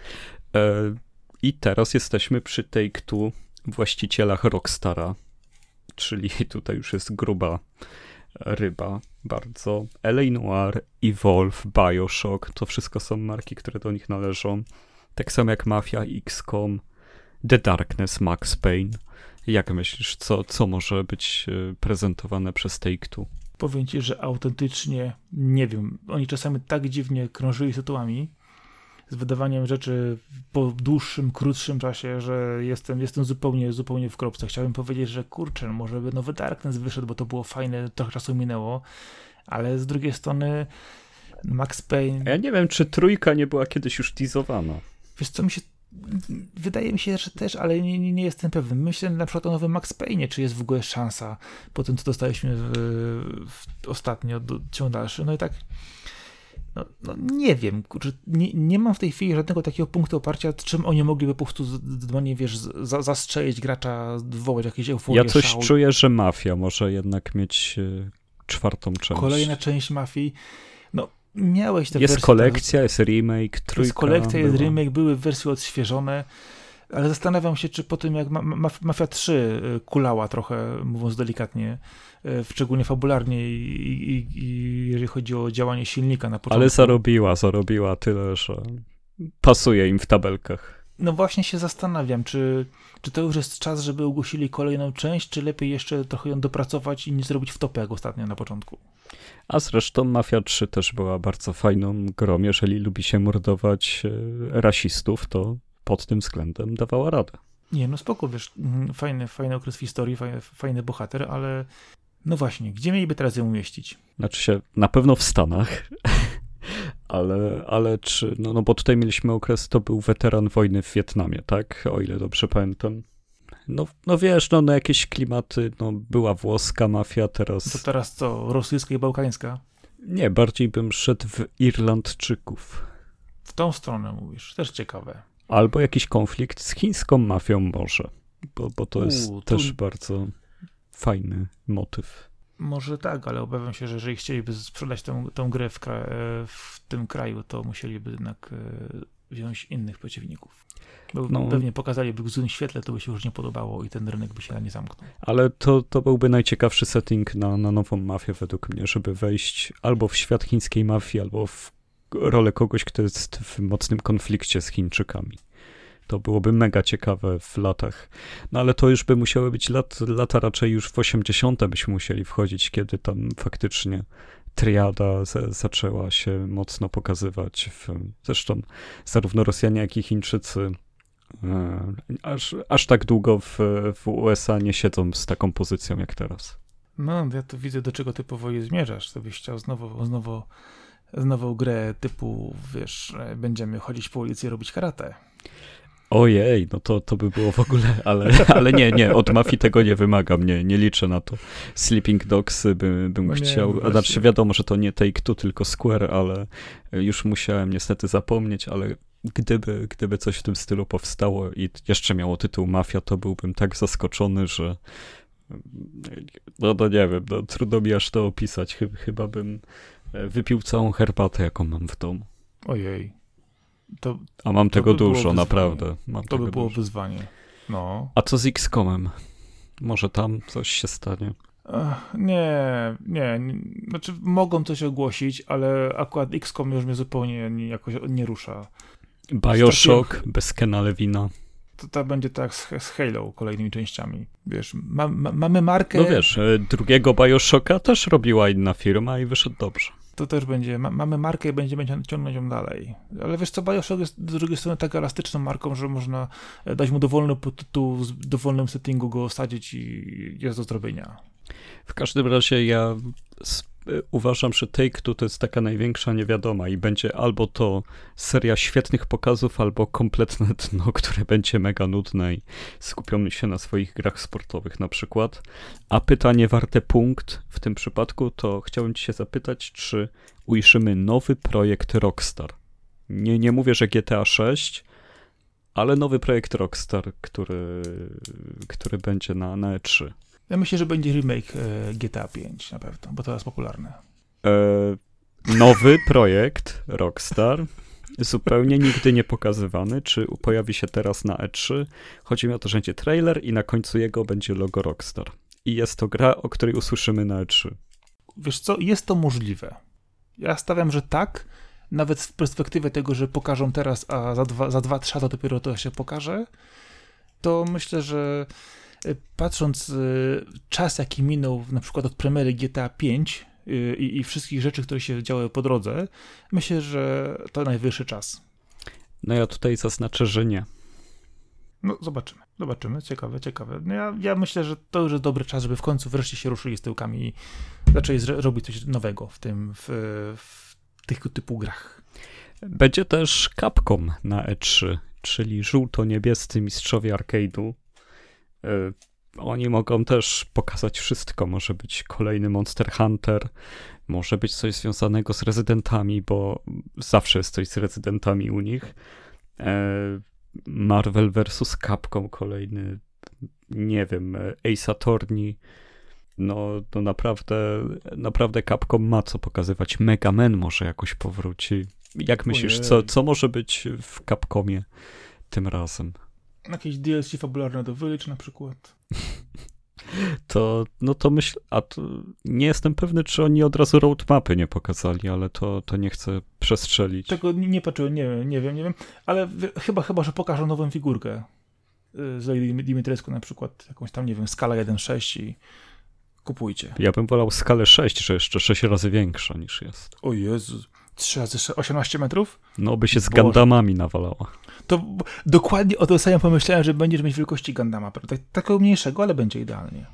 I teraz jesteśmy przy Take-Two, właścicielach Rockstara, czyli tutaj już jest gruba ryba bardzo. LA Noire, Evolve, BioShock, to wszystko są marki, które do nich należą. Tak samo jak Mafia, XCOM, The Darkness, Max Payne. Jak myślisz, co może być prezentowane przez Take-Two? Powiem ci, że autentycznie nie wiem. Oni czasami tak dziwnie krążyli tytułami z wydawaniem rzeczy po dłuższym, krótszym czasie, że jestem zupełnie w kropce. Chciałbym powiedzieć, że kurczę, może by nowy Darkness wyszedł, bo to było fajne, trochę czasu minęło, ale z drugiej strony Max Payne. Ja nie wiem, czy trójka nie była kiedyś już teasowana. Wiesz co, wydaje mi się, że też, ale nie jestem pewny. Myślę na przykład o nowym Max Payne'ie, czy jest w ogóle szansa po tym, co dostaliśmy ostatnio, ciąg dalszy. No i tak, no nie wiem, nie mam w tej chwili żadnego takiego punktu oparcia, czym oni mogliby po prostu, wiesz, zastrzelić gracza, wywołać jakieś euforię, ja coś szał. Czuję, że Mafia może jednak mieć czwartą część. Kolejna część Mafii. No, miałeś te jest wersje. kolekcja, jest remake, trójka. Jest kolekcja, jest remake, były wersje odświeżone, ale zastanawiam się, czy po tym jak Mafia 3 kulała trochę, mówiąc delikatnie, szczególnie fabularnie i jeżeli chodzi o działanie silnika na początku. Ale zarobiła tyle, że pasuje im w tabelkach. No właśnie się zastanawiam, czy to już jest czas, żeby ogłosili kolejną część, czy lepiej jeszcze trochę ją dopracować i nie zrobić wtopy jak ostatnio na początku. A zresztą Mafia 3 też była bardzo fajną grą. Jeżeli lubi się mordować rasistów, to pod tym względem dawała radę. Nie, no spoko, wiesz, fajny okres w historii, fajny bohater, ale no właśnie, gdzie mieliby teraz ją umieścić? Znaczy się, na pewno w Stanach, ale czy, no bo tutaj mieliśmy okres, to był weteran wojny w Wietnamie, tak? O ile dobrze pamiętam. No wiesz, no jakieś klimaty, no była włoska mafia, teraz... To teraz co, rosyjska i bałkańska? Nie, bardziej bym szedł w Irlandczyków. W tą stronę mówisz, też ciekawe. Albo jakiś konflikt z chińską mafią może, bo to jest też bardzo fajny motyw. Może tak, ale obawiam się, że jeżeli chcieliby sprzedać tę grę w tym kraju, to musieliby jednak wziąć innych przeciwników. Bo pewnie pokazaliby w złym świetle, to by się już nie podobało i ten rynek by się nie zamknął. Ale to byłby najciekawszy setting na nową mafię według mnie, żeby wejść albo w świat chińskiej mafii, albo w rolę kogoś, kto jest w mocnym konflikcie z Chińczykami. To byłoby mega ciekawe w latach. No ale to już by musiały być lata raczej już w 80. byśmy musieli wchodzić, kiedy tam faktycznie triada zaczęła się mocno pokazywać. Zresztą zarówno Rosjanie, jak i Chińczycy aż tak długo w USA nie siedzą z taką pozycją jak teraz. No, ja to widzę, do czego ty powoli zmierzasz. To byś chciał znowu grę typu, wiesz, będziemy chodzić po ulicy i robić karate. Ojej, no to by było w ogóle, ale nie, od mafii tego nie wymagam, nie liczę na to. Sleeping Dogs bym chciał, a znaczy wiadomo, że to nie Take-Two, tylko Square, ale już musiałem niestety zapomnieć, ale gdyby coś w tym stylu powstało i jeszcze miało tytuł Mafia, to byłbym tak zaskoczony, że no nie wiem, trudno mi aż to opisać, chyba bym wypił całą herbatę, jaką mam w domu. Ojej. A mam tego dużo, naprawdę. To by było wyzwanie. No. A co z XCOMem? Może tam coś się stanie? Nie. Znaczy mogą coś ogłosić, ale akurat XCOM już mnie zupełnie jakoś nie rusza. BioShock bez Kena Levina. To będzie tak z Halo kolejnymi częściami. Wiesz, mamy markę... No wiesz, drugiego BioShocka też robiła inna firma i wyszedł dobrze. To też będzie, mamy markę i będziemy ciągnąć ją dalej. Ale wiesz co, BioShock jest z drugiej strony tak elastyczną marką, że można dać mu dowolny tytuł, w dowolnym settingu go osadzić i jest do zrobienia. W każdym razie ja uważam, że Take-Two to jest taka największa niewiadoma i będzie albo to seria świetnych pokazów, albo kompletne dno, które będzie mega nudne i skupią się na swoich grach sportowych na przykład. A pytanie warte punkt w tym przypadku, to chciałbym cię zapytać, czy ujrzymy nowy projekt Rockstar. Nie mówię, że GTA 6, ale nowy projekt Rockstar, który będzie na E3. Ja myślę, że będzie remake GTA 5 na pewno, bo to jest popularne. Nowy projekt Rockstar, zupełnie nigdy nie pokazywany, czy pojawi się teraz na E3. Chodzi mi o to, że będzie trailer i na końcu jego będzie logo Rockstar. I jest to gra, o której usłyszymy na E3. Wiesz co, jest to możliwe. Ja stawiam, że tak, nawet z perspektywy tego, że pokażą teraz, a za 2-3 lata dopiero to się pokaże, to myślę, że patrząc czas, jaki minął na przykład od premiery GTA 5 i wszystkich rzeczy, które się działy po drodze, myślę, że to najwyższy czas. No ja tutaj zaznaczę, że nie. No zobaczymy, ciekawe. No ja myślę, że to już jest dobry czas, żeby w końcu wreszcie się ruszyli z tyłkami i zaczęli robić coś nowego w tego typu grach. Będzie też Capcom na E3, czyli żółto-niebiescy mistrzowie arcade'u. Oni mogą też pokazać wszystko. Może być kolejny Monster Hunter, może być coś związanego z Rezydentami, bo zawsze jest coś z Rezydentami u nich. Marvel vs. Capcom kolejny, nie wiem, Ace Attorney. No naprawdę Capcom ma co pokazywać. Mega Man może jakoś powróci. Jak myślisz, co może być w Capcomie tym razem? Jakieś DLC fabularne do Village na przykład. To myślę, nie jestem pewny, czy oni od razu roadmapy nie pokazali, ale to nie chcę przestrzelić. Tego nie patrzyłem, nie wiem, ale chyba, że pokażą nową figurkę z Lady Dimitrescu na przykład, jakąś tam, nie wiem, skala 1.6 i kupujcie. Ja bym wolał skalę 6, że jeszcze 6 razy większa niż jest. O Jezu, 3 razy 18 metrów? No, by się z Gundamami nawalała. To dokładnie o to samym pomyślałem, że będziesz mieć wielkości Gundama. Takiego mniejszego, ale będzie idealnie.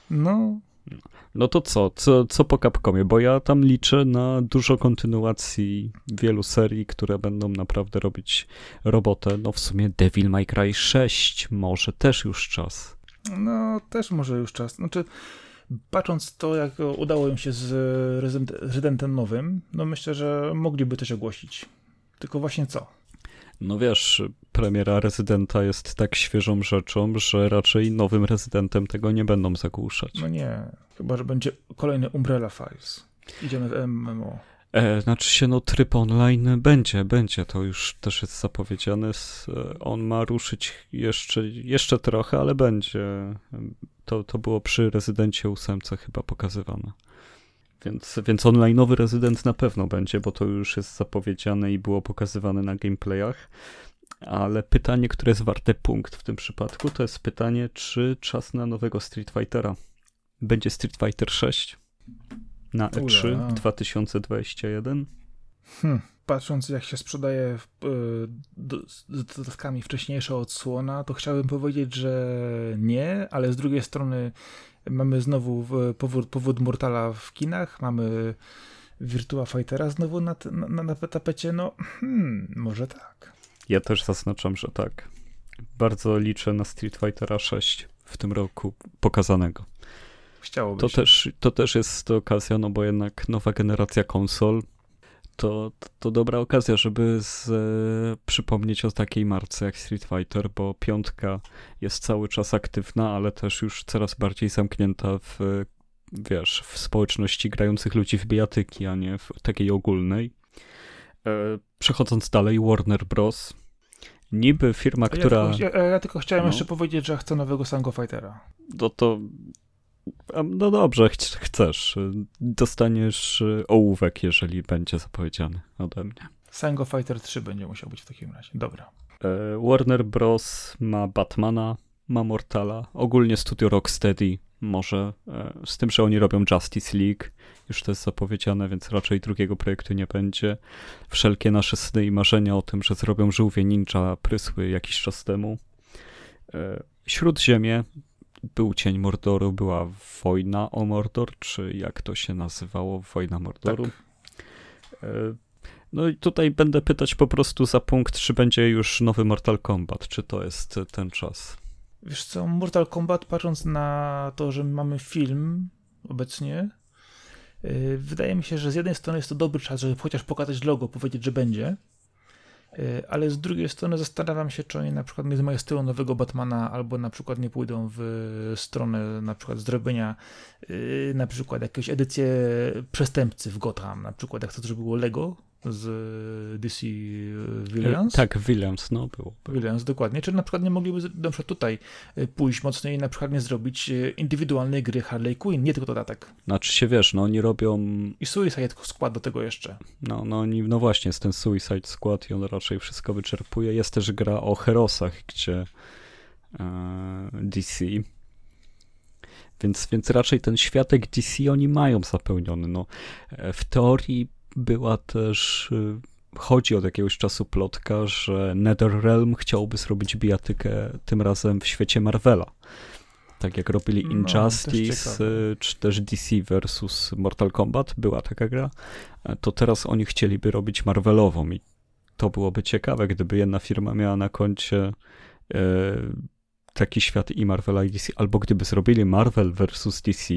No to co po Capcomie? Bo ja tam liczę na dużo kontynuacji wielu serii, które będą naprawdę robić robotę. No w sumie Devil May Cry 6 może też już czas. No też może już czas. Znaczy, patrząc to, jak udało im się z Rezydentem nowym, no myślę, że mogliby coś ogłosić. Tylko właśnie co? No wiesz, premiera Rezydenta jest tak świeżą rzeczą, że raczej nowym Rezydentem tego nie będą zagłuszać. No nie, chyba że będzie kolejny Umbrella Files. Idziemy w MMO. Znaczy się, no tryb online będzie, to już też jest zapowiedziane. On ma ruszyć jeszcze trochę, ale będzie. To było przy Rezydencie 8 chyba pokazywane. Więc online'owy Rezydent na pewno będzie, bo to już jest zapowiedziane i było pokazywane na gameplayach. Ale pytanie, które jest warte punkt w tym przypadku, to jest pytanie, czy czas na nowego Street Fightera. Będzie Street Fighter 6 na E3 2021? Patrząc, jak się sprzedaje z dodatkami wcześniejsza odsłona, to chciałbym powiedzieć, że nie, ale z drugiej strony mamy znowu powód Mortala w kinach, mamy Virtua Fightera znowu na tapecie, może tak. Ja też zaznaczam, że tak. Bardzo liczę na Street Fightera 6 w tym roku pokazanego. Chciałoby się. To też jest okazja, no bo jednak nowa generacja konsol to dobra okazja, żeby przypomnieć o takiej marce jak Street Fighter, bo 5 jest cały czas aktywna, ale też już coraz bardziej zamknięta w społeczności grających ludzi w bijatyki, a nie w takiej ogólnej. Przechodząc dalej, Warner Bros. Niby firma, która... Ja tylko chciałem jeszcze powiedzieć, że chcę nowego Sango Fightera. No dobrze, chcesz. Dostaniesz ołówek, jeżeli będzie zapowiedziany ode mnie. Sango Fighter 3 będzie musiał być w takim razie. Dobra. Warner Bros. Ma Batmana, ma Mortala, ogólnie studio Rocksteady może, z tym, że oni robią Justice League. Już to jest zapowiedziane, więc raczej drugiego projektu nie będzie. Wszelkie nasze sny i marzenia o tym, że zrobią Żółwie Ninja, prysły jakiś czas temu. Śródziemie. Był Cień Mordoru, była Wojna o Mordor, czy jak to się nazywało? Wojna Mordoru. Tak. No i tutaj będę pytać po prostu za punkt, czy będzie już nowy Mortal Kombat, czy to jest ten czas. Wiesz co, Mortal Kombat, patrząc na to, że mamy film obecnie, wydaje mi się, że z jednej strony jest to dobry czas, żeby chociaż pokazać logo, powiedzieć, że będzie, ale z drugiej strony zastanawiam się, czy oni na przykład nie zmajestują nowego Batmana, albo na przykład nie pójdą w stronę na przykład zrobienia na przykład jakieś edycje Przestępcy w Gotham, na przykład jak to zrobiło Lego z DC Villains. Tak, Villains, no było. Villains, dokładnie. Czy na przykład nie mogliby na przykład tutaj pójść mocniej i na przykład nie zrobić indywidualnej gry Harley Quinn, nie tylko dodatek. Znaczy się, wiesz, no oni robią... I Suicide Squad do tego jeszcze. No właśnie, jest ten Suicide Squad i on raczej wszystko wyczerpuje. Jest też gra o Herosach, gdzie DC... Więc raczej ten światek DC oni mają zapełniony. No, w teorii była też, chodzi od jakiegoś czasu plotka, że NetherRealm chciałby zrobić bijatykę tym razem w świecie Marvela. Tak jak robili Injustice, czy też DC versus Mortal Kombat, była taka gra, to teraz oni chcieliby robić Marvelową i to byłoby ciekawe, gdyby jedna firma miała na koncie taki świat i Marvela i DC, albo gdyby zrobili Marvel versus DC,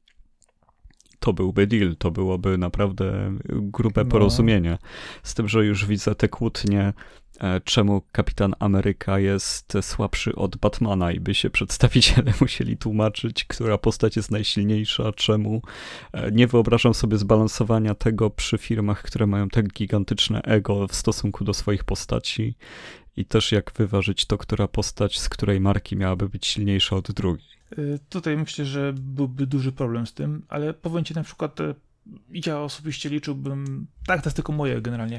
to byłby deal, to byłoby naprawdę grube porozumienie. Z tym, że już widzę te kłótnie, czemu Kapitan Ameryka jest słabszy od Batmana i by się przedstawiciele musieli tłumaczyć, która postać jest najsilniejsza, czemu. Nie wyobrażam sobie zbalansowania tego przy firmach, które mają tak gigantyczne ego w stosunku do swoich postaci i też jak wyważyć to, która postać z której marki miałaby być silniejsza od drugiej. Tutaj myślę, że byłby duży problem z tym, ale powiem ci na przykład, ja osobiście liczyłbym, tak, to jest tylko moje generalnie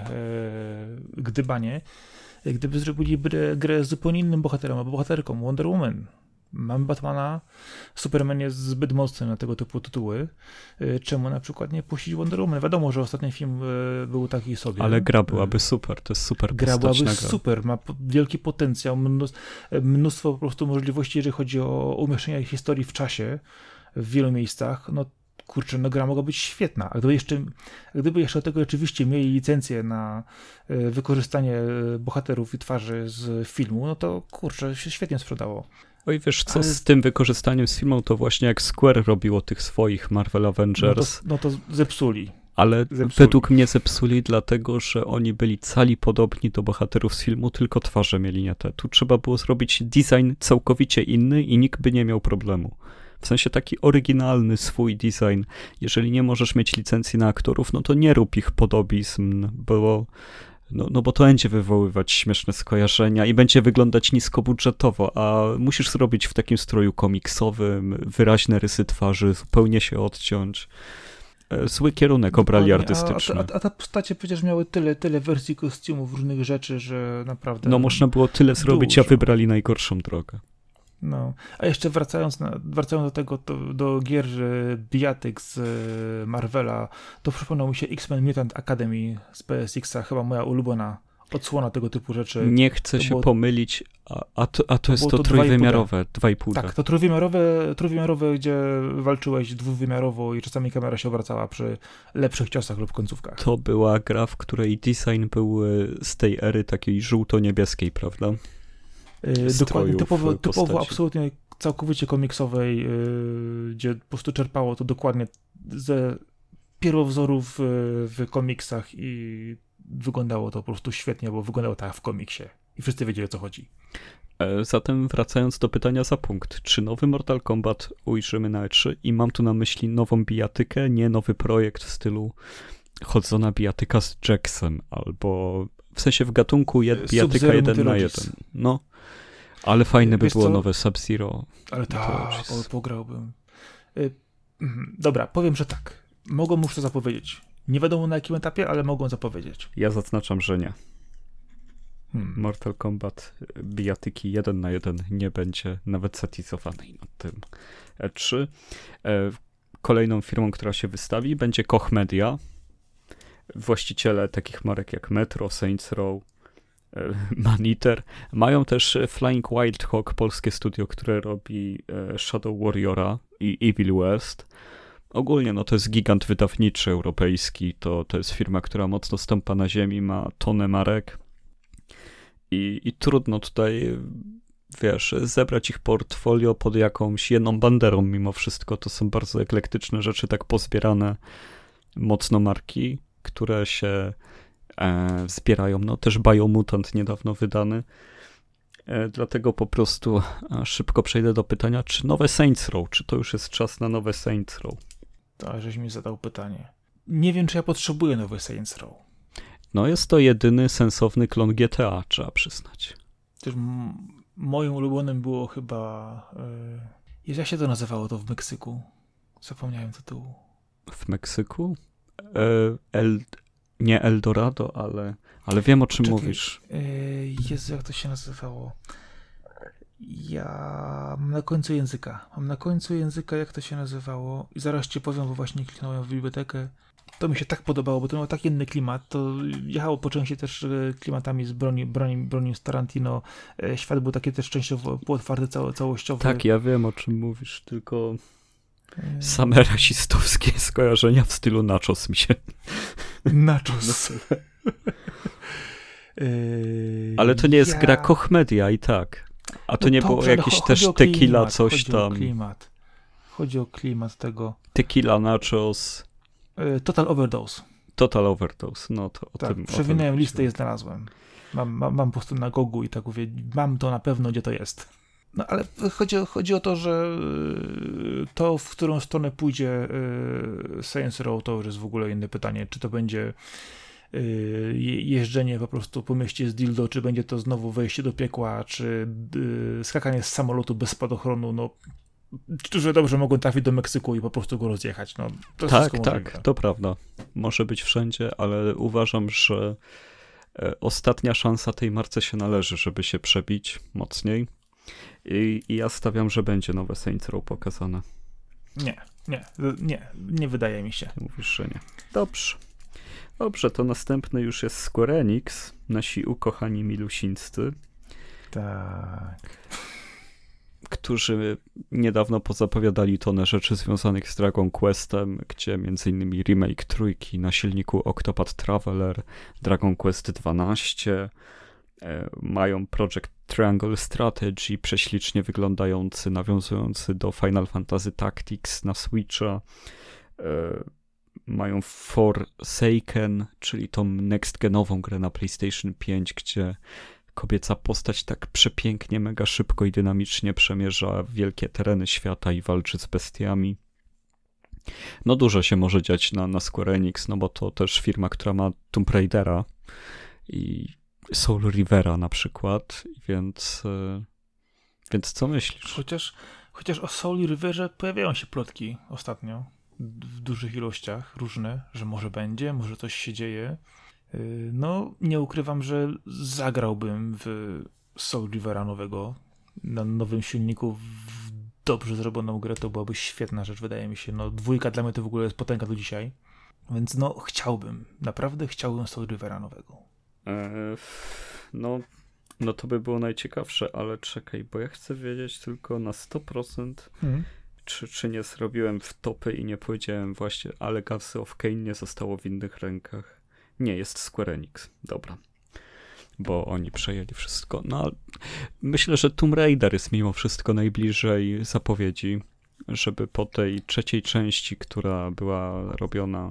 gdybanie, gdyby zrobili grę z zupełnie innym bohaterem albo bohaterką, Wonder Woman. Mamy Batmana, Superman jest zbyt mocny na tego typu tytuły. Czemu na przykład nie puścić Wonder Woman? Wiadomo, że ostatni film był taki sobie. Ale gra byłaby super, to jest super gra byłaby super, ma wielki potencjał, mnóstwo po prostu możliwości, jeżeli chodzi o umieszczenie historii w czasie, w wielu miejscach. No kurczę, no gra mogła być świetna. A gdyby jeszcze do tego rzeczywiście mieli licencję na wykorzystanie bohaterów i twarzy z filmu, no to kurczę, się świetnie sprzedało. Oj, wiesz co, z tym wykorzystaniem z filmą, to właśnie jak Square robiło tych swoich Marvel Avengers. No to zepsuli. Ale według mnie zepsuli, dlatego że oni byli cali podobni do bohaterów z filmu, tylko twarze mieli nie te. Tu trzeba było zrobić design całkowicie inny i nikt by nie miał problemu. W sensie taki oryginalny swój design. Jeżeli nie możesz mieć licencji na aktorów, no to nie rób ich podobizm, bo to będzie wywoływać śmieszne skojarzenia i będzie wyglądać niskobudżetowo, a musisz zrobić w takim stroju komiksowym, wyraźne rysy twarzy, zupełnie się odciąć. Zły kierunek obrali artystyczny. A te postacie przecież miały tyle wersji kostiumów, różnych rzeczy, że naprawdę... No można było tyle zrobić, a wybrali najgorszą drogę. No, a jeszcze wracając do tego, do gier bijatyk z Marvela, to przypomniał mi się X-Men Mutant Academy z PSX-a, chyba moja ulubiona odsłona tego typu rzeczy. Nie chcę się pomylić, a to jest to trójwymiarowe, 2,5D. Tak, to trójwymiarowe, gdzie walczyłeś dwuwymiarowo i czasami kamera się obracała przy lepszych ciosach lub końcówkach. To była gra, w której design był z tej ery takiej żółto-niebieskiej, prawda? Dokładnie, typowo absolutnie całkowicie komiksowej, gdzie po prostu czerpało to dokładnie ze pierwowzorów w komiksach i wyglądało to po prostu świetnie, bo wyglądało tak w komiksie i wszyscy wiedzieli, o co chodzi. Zatem wracając do pytania za punkt, czy nowy Mortal Kombat ujrzymy na E3 i mam tu na myśli nową bijatykę, nie nowy projekt w stylu chodzona bijatyka z Jacksem, albo w sensie w gatunku bijatyka 1 na 1. No. Ale fajne by było nowe Sub-Zero. Ale tak, pograłbym. Dobra, powiem, że tak. Mogą już to zapowiedzieć. Nie wiadomo na jakim etapie, ale mogą zapowiedzieć. Ja zaznaczam, że nie. Mortal Kombat bijatyki 1 na 1 nie będzie nawet satisfowany nad tym. E3. Kolejną firmą, która się wystawi, będzie Koch Media. Właściciele takich marek jak Metro, Saints Row, Maneater. Mają też Flying Wild Hog, polskie studio, które robi Shadow Warriora i Evil West. Ogólnie to jest gigant wydawniczy europejski, to jest firma, która mocno stąpa na ziemi, ma tonę marek i trudno tutaj, wiesz, zebrać ich portfolio pod jakąś jedną banderą mimo wszystko. To są bardzo eklektyczne rzeczy, tak pozbierane mocno marki, które się wspierają. No też Biomutant niedawno wydany. Dlatego po prostu szybko przejdę do pytania, czy nowe Saints Row, czy to już jest czas na nowe Saints Row? To, żeś mi zadał pytanie. Nie wiem, czy ja potrzebuję nowy Saints Row. No jest to jedyny sensowny klon GTA, trzeba przyznać. Też moim ulubionym było chyba... jak się to nazywało to w Meksyku? Zapomniałem tytułu. W Meksyku? Nie Eldorado, ale wiem, o czym mówisz. Jezu, jak to się nazywało? Ja mam na końcu języka, jak to się nazywało i zaraz ci powiem, bo właśnie kliknąłem w bibliotekę. To mi się tak podobało, bo to miał tak inny klimat. To jechało po części też klimatami z broni z Tarantino. Świat był taki też częściowo półotwarty, całościowy. Tak, ja wiem, o czym mówisz, tylko same rasistowskie skojarzenia w stylu nachos mi się... Nachos. Ale to nie jest gra Koch-Media i tak. A to nie było jakieś też tequila coś tam. Chodzi o klimat tego. Tequila, nachos. Total Overdose. Total Overdose, no to o tym. Przewinąłem listę i znalazłem. Mam po prostu na Gogu i tak mówię, mam to na pewno, gdzie to jest. No ale chodzi o to, że to, w którą stronę pójdzie Saints Row, to już jest w ogóle inne pytanie. Czy to będzie jeżdżenie po prostu po mieście z dildo, czy będzie to znowu wejście do piekła, czy skakanie z samolotu bez spadochronu, no że dobrze mogą trafić do Meksyku i po prostu go rozjechać. No, to tak, to prawda. Może być wszędzie, ale uważam, że ostatnia szansa tej marce się należy, żeby się przebić mocniej. I ja stawiam, że będzie nowe Saints Row pokazane. Nie wydaje mi się. Mówisz, że nie. Dobrze, to następny już jest Square Enix, nasi ukochani milusińscy. Tak. Którzy niedawno pozapowiadali tonę rzeczy związanych z Dragon Questem, gdzie m.in. remake trójki na silniku Octopath Traveler, Dragon Quest XII, mają Project Triangle Strategy, prześlicznie wyglądający, nawiązujący do Final Fantasy Tactics na Switcha, mają Forsaken, czyli tą next-genową grę na PlayStation 5, gdzie kobieca postać tak przepięknie, mega szybko i dynamicznie przemierza wielkie tereny świata i walczy z bestiami. No dużo się może dziać na Square Enix, no bo to też firma, która ma Tomb Raidera i Soul Rivera na przykład, więc co myślisz? Chociaż o Soul Riverze pojawiają się plotki ostatnio w dużych ilościach, różne, że może będzie, może coś się dzieje. No, nie ukrywam, że zagrałbym w Soul Rivera nowego, na nowym silniku, w dobrze zrobioną grę, to byłaby świetna rzecz, wydaje mi się. No, 2 dla mnie to w ogóle jest potęga do dzisiaj. Więc no, naprawdę chciałbym Soul Rivera nowego. No to by było najciekawsze, ale czekaj, bo ja chcę wiedzieć tylko na 100%, czy nie zrobiłem wtopy i nie powiedziałem właśnie, ale Legacy of Kain nie zostało w innych rękach. Nie, jest Square Enix. Dobra. Bo oni przejęli wszystko. No, myślę, że Tomb Raider jest mimo wszystko najbliżej zapowiedzi, żeby po tej trzeciej części, która była robiona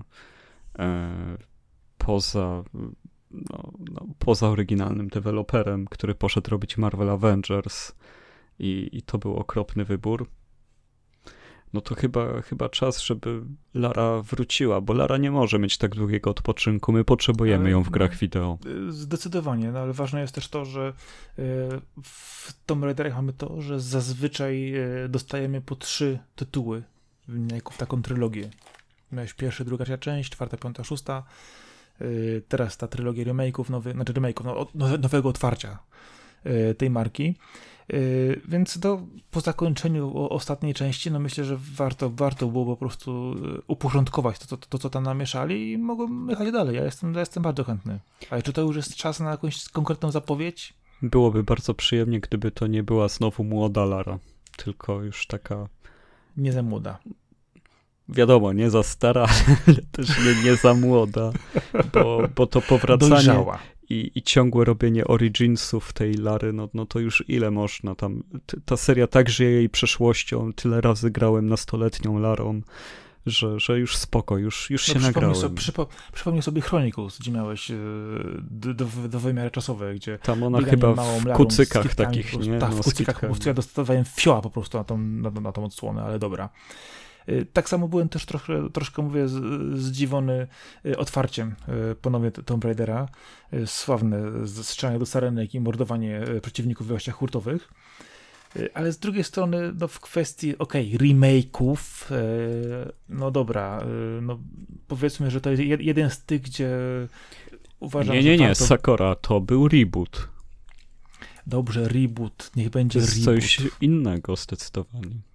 poza oryginalnym deweloperem, który poszedł robić Marvel Avengers i to był okropny wybór. No to chyba czas, żeby Lara wróciła, bo Lara nie może mieć tak długiego odpoczynku. My potrzebujemy ją w grach wideo. Zdecydowanie, no ale ważne jest też to, że w Tomb Raiderach mamy to, że zazwyczaj dostajemy po 3 tytuły, jako w taką trylogię. Miałeś pierwsza, druga część, 4., 5., 6. Teraz ta trylogia nowego otwarcia tej marki. Więc po zakończeniu ostatniej części, no myślę, że warto było po prostu uporządkować to, co tam namieszali i mogą jechać dalej. Ja jestem bardzo chętny. Ale czy to już jest czas na jakąś konkretną zapowiedź? Byłoby bardzo przyjemnie, gdyby to nie była znowu młoda Lara, tylko już taka... Nie za młoda. Wiadomo, nie za stara, ale też nie za młoda, bo to powracanie... Dojrzała. I ciągłe robienie Originsów tej Lary, no to już ile można tam. Ta seria tak żyje jej przeszłością, tyle razy grałem nastoletnią Larą, że już spoko, już się nagrałem. Przypomnij sobie Chronicles, gdzie miałeś do wymiary czasowe, gdzie tam ona chyba w kucykach takich, nie? Tak, w kucykach, po prostu ja dostawałem fioła po prostu na tą odsłonę, ale dobra. Tak samo byłem też troszkę mówię, zdziwiony otwarciem ponownie Tomb Raidera. Sławne strzelanie do sarenek i mordowanie przeciwników w wejściach hurtowych. Ale z drugiej strony, no w kwestii, remake'ów, no dobra, no powiedzmy, że to jest jeden z tych, gdzie uważam, że Nie, Sakura, to był reboot. Dobrze, reboot, niech będzie reboot. To jest coś innego zdecydowanie.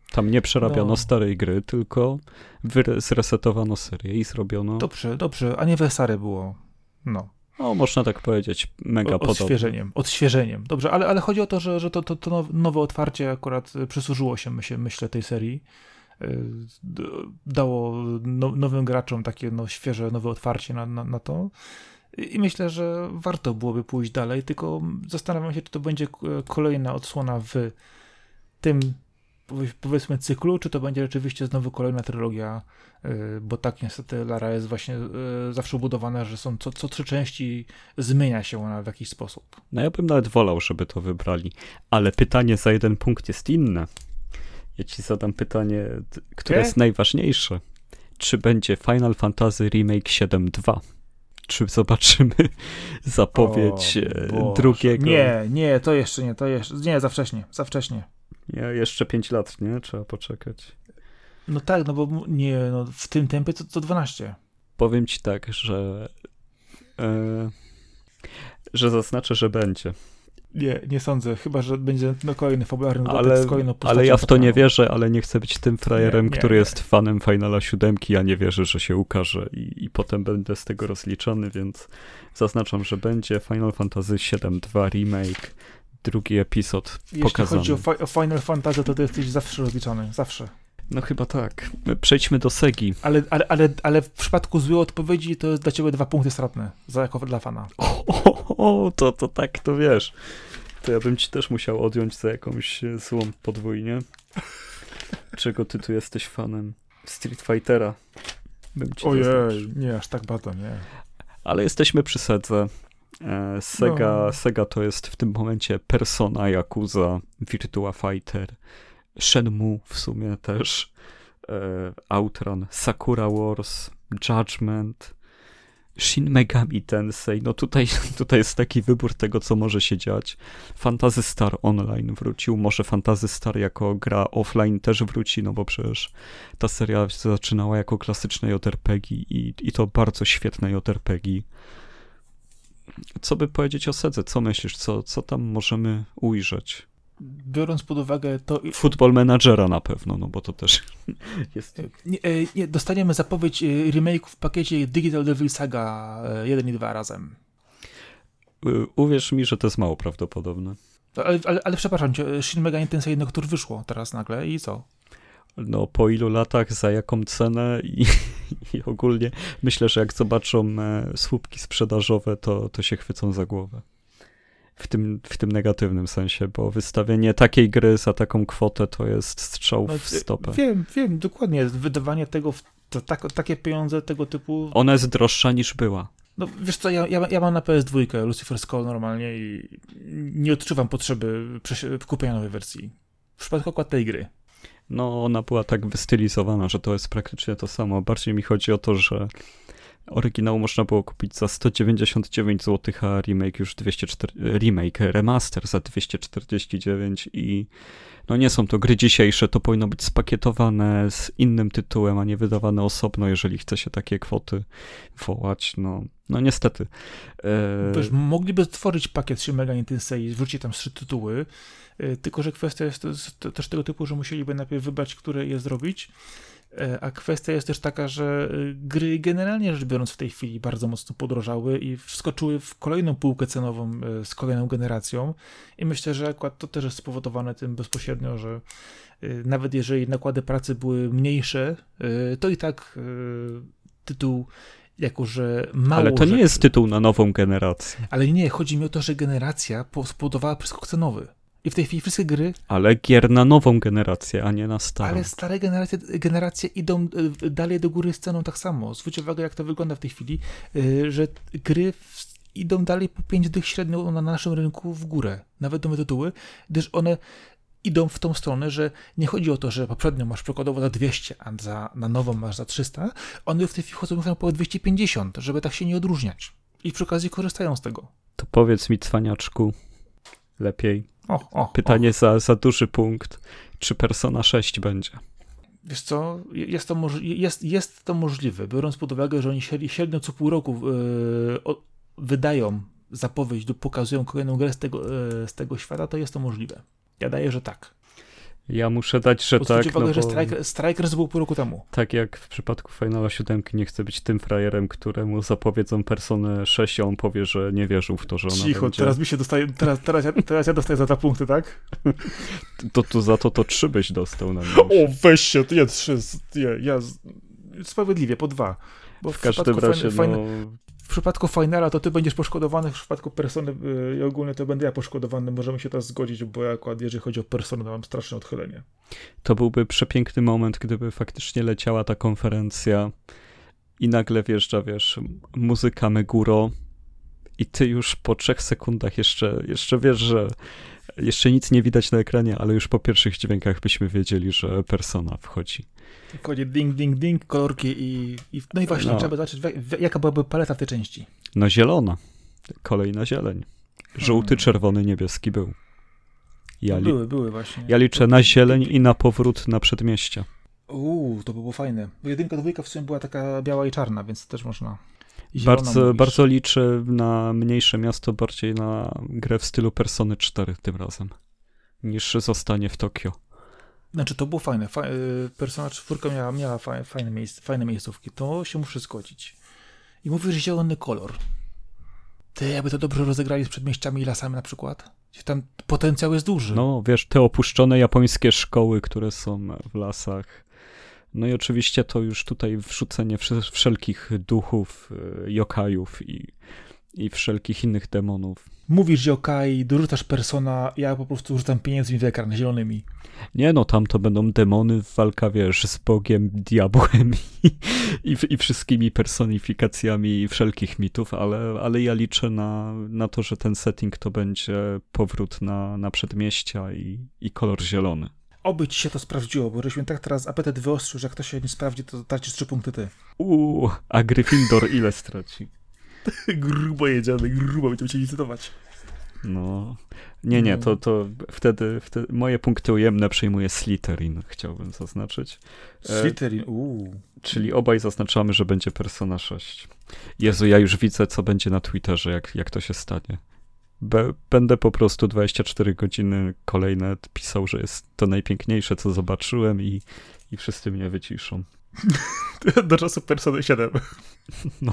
Tam nie przerabiano starej gry, tylko zresetowano serię i zrobiono... Dobrze, Anniversary było. No, można tak powiedzieć, mega podobne. Odświeżeniem. Dobrze, ale chodzi o to, że to nowe otwarcie akurat przysłużyło się, myślę, tej serii. Dało nowym graczom takie świeże, nowe otwarcie na to. I myślę, że warto byłoby pójść dalej, tylko zastanawiam się, czy to będzie kolejna odsłona w tym, powiedzmy, cyklu, czy to będzie rzeczywiście znowu kolejna trylogia, bo tak niestety Lara jest właśnie zawsze budowana, że są co 3 części zmienia się ona w jakiś sposób. No ja bym nawet wolał, żeby to wybrali, ale pytanie za 1 punkt jest inne. Ja ci zadam pytanie, które jest najważniejsze. Czy będzie Final Fantasy Remake 7.2? Czy zobaczymy zapowiedź drugiego? Nie, to jeszcze nie, za wcześnie. Nie, jeszcze 5 lat, nie? Trzeba poczekać. No tak, no bo w tym tempie to 12. Powiem ci tak, że zaznaczę, że będzie. Nie sądzę, chyba że będzie kolejny fabularny dodatek z kolejną postacią. Ale ja w to nie wierzę, ale nie chcę być tym frajerem, który jest fanem Finala 7. Ja nie wierzę, że się ukaże i potem będę z tego rozliczony, więc zaznaczam, że będzie Final Fantasy 7.2 Remake, drugi epizod pokazany. Jeśli chodzi o Final Fantasy, to ty jesteś zawsze rozliczony, zawsze. No chyba tak. Przejdźmy do Segi. Ale w przypadku złej odpowiedzi to jest dla ciebie 2 punkty stratne, jako dla fana. To tak, to wiesz. To ja bym ci też musiał odjąć za jakąś złą podwójnie. Czego ty tu jesteś fanem? Street Fightera. Ojej, nie, aż tak bardzo, nie. Ale jesteśmy przy Sedze. Sega to jest w tym momencie Persona, Yakuza, Virtua Fighter, Shenmue w sumie też, Outrun, Sakura Wars, Judgment, Shin Megami Tensei. No tutaj jest taki wybór tego, co może się dziać. Phantasy Star Online wrócił, może Phantasy Star jako gra offline też wróci, no bo przecież ta seria zaczynała jako klasyczne JRPG i to bardzo świetne JRPG. Co by powiedzieć o Sedze? Co myślisz? Co tam możemy ujrzeć? Biorąc pod uwagę to... Football Managera na pewno, no bo to też jest... Nie, dostaniemy zapowiedź remake'u w pakiecie Digital Devil Saga 1 i 2 razem. Uwierz mi, że to jest mało prawdopodobne. Ale przepraszam cię, Shin Megami Tensei, który wyszło teraz nagle i co? No po ilu latach, za jaką cenę i ogólnie myślę, że jak zobaczą słupki sprzedażowe, to się chwycą za głowę. W tym negatywnym sensie, bo wystawienie takiej gry za taką kwotę to jest strzał w stopę. Wiem, dokładnie. Wydawanie tego takie pieniądze tego typu... Ona jest droższa niż była. No wiesz co, ja mam na PS2 Lucifer's Call normalnie i nie odczuwam potrzeby kupienia nowej wersji. W przypadku akurat tej gry. No ona była tak wystylizowana, że to jest praktycznie to samo. Bardziej mi chodzi o to, że oryginał można było kupić za 199 zł, a remaster za 249 i no nie są to gry dzisiejsze, to powinno być spakietowane z innym tytułem, a nie wydawane osobno, jeżeli chce się takie kwoty wołać. No niestety. Wiesz, mogliby stworzyć pakiet Shin Megami Tensei i wrzucić tam 3 tytuły, tylko że kwestia jest też tego typu, że musieliby najpierw wybrać, które je zrobić. A kwestia jest też taka, że gry generalnie rzecz biorąc w tej chwili bardzo mocno podrożały i wskoczyły w kolejną półkę cenową z kolejną generacją i myślę, że akurat to też jest spowodowane tym bezpośrednio, że nawet jeżeli nakłady pracy były mniejsze, to i tak tytuł jako, że mało... Ale to nie jest tytuł na nową generację. Ale nie, chodzi mi o to, że generacja spowodowała przeskok cenowy. I w tej chwili wszystkie gry... Ale gier na nową generację, a nie na starą. Ale stare generacje idą dalej do góry z ceną tak samo. Zwróć uwagę, jak to wygląda w tej chwili, że gry idą dalej po 5 dych średnio na naszym rynku w górę. Nawet nowe tytuły, gdyż one idą w tą stronę, że nie chodzi o to, że poprzednio masz przykładowo za 200, a na nową masz za 300. One w tej chwili chodzą po 250, żeby tak się nie odróżniać. I przy okazji korzystają z tego. To powiedz mi, cwaniaczku, lepiej. Pytanie za duży punkt. Czy Persona 6 będzie? Wiesz co, jest to możliwe, biorąc pod uwagę, że oni średnio co pół roku wydają zapowiedź, pokazują kolejną grę z tego świata, to jest to możliwe. Ja daję, że tak. Ja muszę dać, że tak, uwagę, no że bo Strikers był pół roku temu. tak jak w przypadku Finala 7 nie chcę być tym frajerem, któremu zapowiedzą Personę 6, a on powie, że nie wierzył w to, że ona Cicho, będzie. teraz mi się dostaje, teraz ja dostaję za 2 punkty, tak? To za to 3 byś dostał na mnie. O, weź się, ja 3, sprawiedliwie, po 2. Bo W każdym razie, w przypadku Finala to ty będziesz poszkodowany, w przypadku Persony i ogólnie to będę ja poszkodowany. Możemy się teraz zgodzić, bo ja akurat, jeżeli chodzi o Personę, to mam straszne odchylenie. To byłby przepiękny moment, gdyby faktycznie leciała ta konferencja i nagle wjeżdża, muzyka Meguro i ty już po 3 sekundach jeszcze wiesz, że jeszcze nic nie widać na ekranie, ale już po pierwszych dźwiękach byśmy wiedzieli, że Persona wchodzi. Wchodzi ding, ding, ding, kolorki no i właśnie, trzeba zobaczyć, jaka byłaby paleta w tej części. No zielona. Kolejna zieleń. Żółty, czerwony, niebieski był. Były właśnie. Ja liczę na zieleń i na powrót na przedmieścia. To by było fajne. Bo 1, 2 w sumie była taka biała i czarna, więc też można... Bardzo liczę na mniejsze miasto, bardziej na grę w stylu Persony 4 tym razem, niż zostanie w Tokio. Znaczy, to było fajne. Persona 4 miała fajne miejscówki. To się muszę zgodzić. I mówisz, że zielony kolor. Jakby to dobrze rozegrali z przedmieściami i lasami na przykład. Gdzie tam potencjał jest duży. No, te opuszczone japońskie szkoły, które są w lasach. No i oczywiście to już tutaj wrzucenie wszelkich duchów, jokajów i wszelkich innych demonów. Mówisz yokai, dorzucasz Persona, ja po prostu rzucam pieniędzmi w ekran zielonymi. Nie no, tam to będą demony, walka, z Bogiem, diabłem i wszystkimi personifikacjami wszelkich mitów, ale ja liczę na to, że ten setting to będzie powrót na przedmieścia i kolor zielony. Oby ci się to sprawdziło, bo żeśmy tak teraz apetyt wyostrzył, że jak to się nie sprawdzi, to tracisz 3 punkty ty. A Gryffindor ile straci? Grubo jedziemy, grubo będziemy cię licytować. No, nie, to wtedy moje punkty ujemne przejmuje Slytherin, chciałbym zaznaczyć. Slytherin, Czyli obaj zaznaczamy, że będzie Persona 6. Jezu, ja już widzę, co będzie na Twitterze, jak to się stanie. Będę po prostu 24 godziny kolejne pisał, że jest to najpiękniejsze, co zobaczyłem i wszyscy mnie wyciszą. Do czasu Persony 7. No.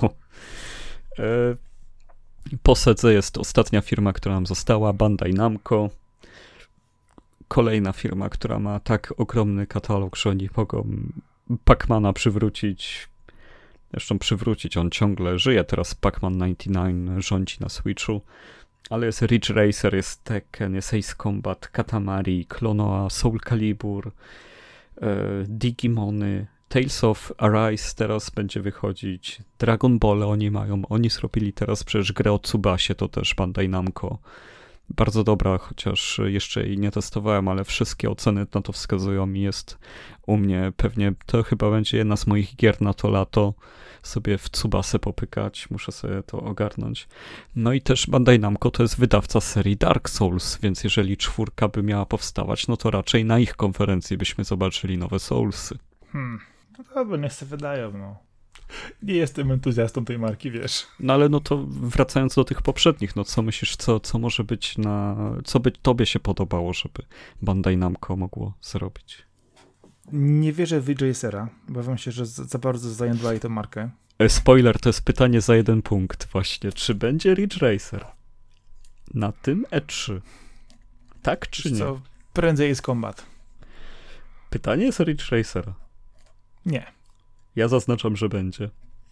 Po Sedze jest ostatnia firma, która nam została, Bandai Namco. Kolejna firma, która ma tak ogromny katalog, że oni mogą Pac-Mana przywrócić. Zresztą przywrócić, on ciągle żyje. Teraz Pac-Man 99 rządzi na Switchu. Ale jest Ridge Racer, jest Tekken, jest Ace Combat, Katamari, Klonoa, Soul Calibur, Digimony, Tales of Arise teraz będzie wychodzić, Dragon Ball oni zrobili teraz przecież grę o Tsubasie, to też Bandai Namco. Bardzo dobra, chociaż jeszcze jej nie testowałem, ale wszystkie oceny na to wskazują i jest u mnie pewnie, to chyba będzie jedna z moich gier na to lato, sobie w Tsubasę popykać, muszę sobie to ogarnąć. No i też Bandai Namco to jest wydawca serii Dark Souls, więc jeżeli 4 by miała powstawać, no to raczej na ich konferencji byśmy zobaczyli nowe Soulsy. No to niech sobie wydają, no. Nie jestem entuzjastą tej marki, wiesz. No ale no to wracając do tych poprzednich, no co myślisz, co może być co by tobie się podobało, żeby Bandai Namco mogło zrobić? Nie wierzę w Ridge Racera. Obawiam się, że za bardzo zaniedbali tę markę. Spoiler, to jest pytanie za 1 punkt właśnie. Czy będzie Ridge Racer na tym E3? Tak czy nie? Co? Prędzej jest Combat. Pytanie jest o Ridge Racera. Nie. Ja zaznaczam, że będzie.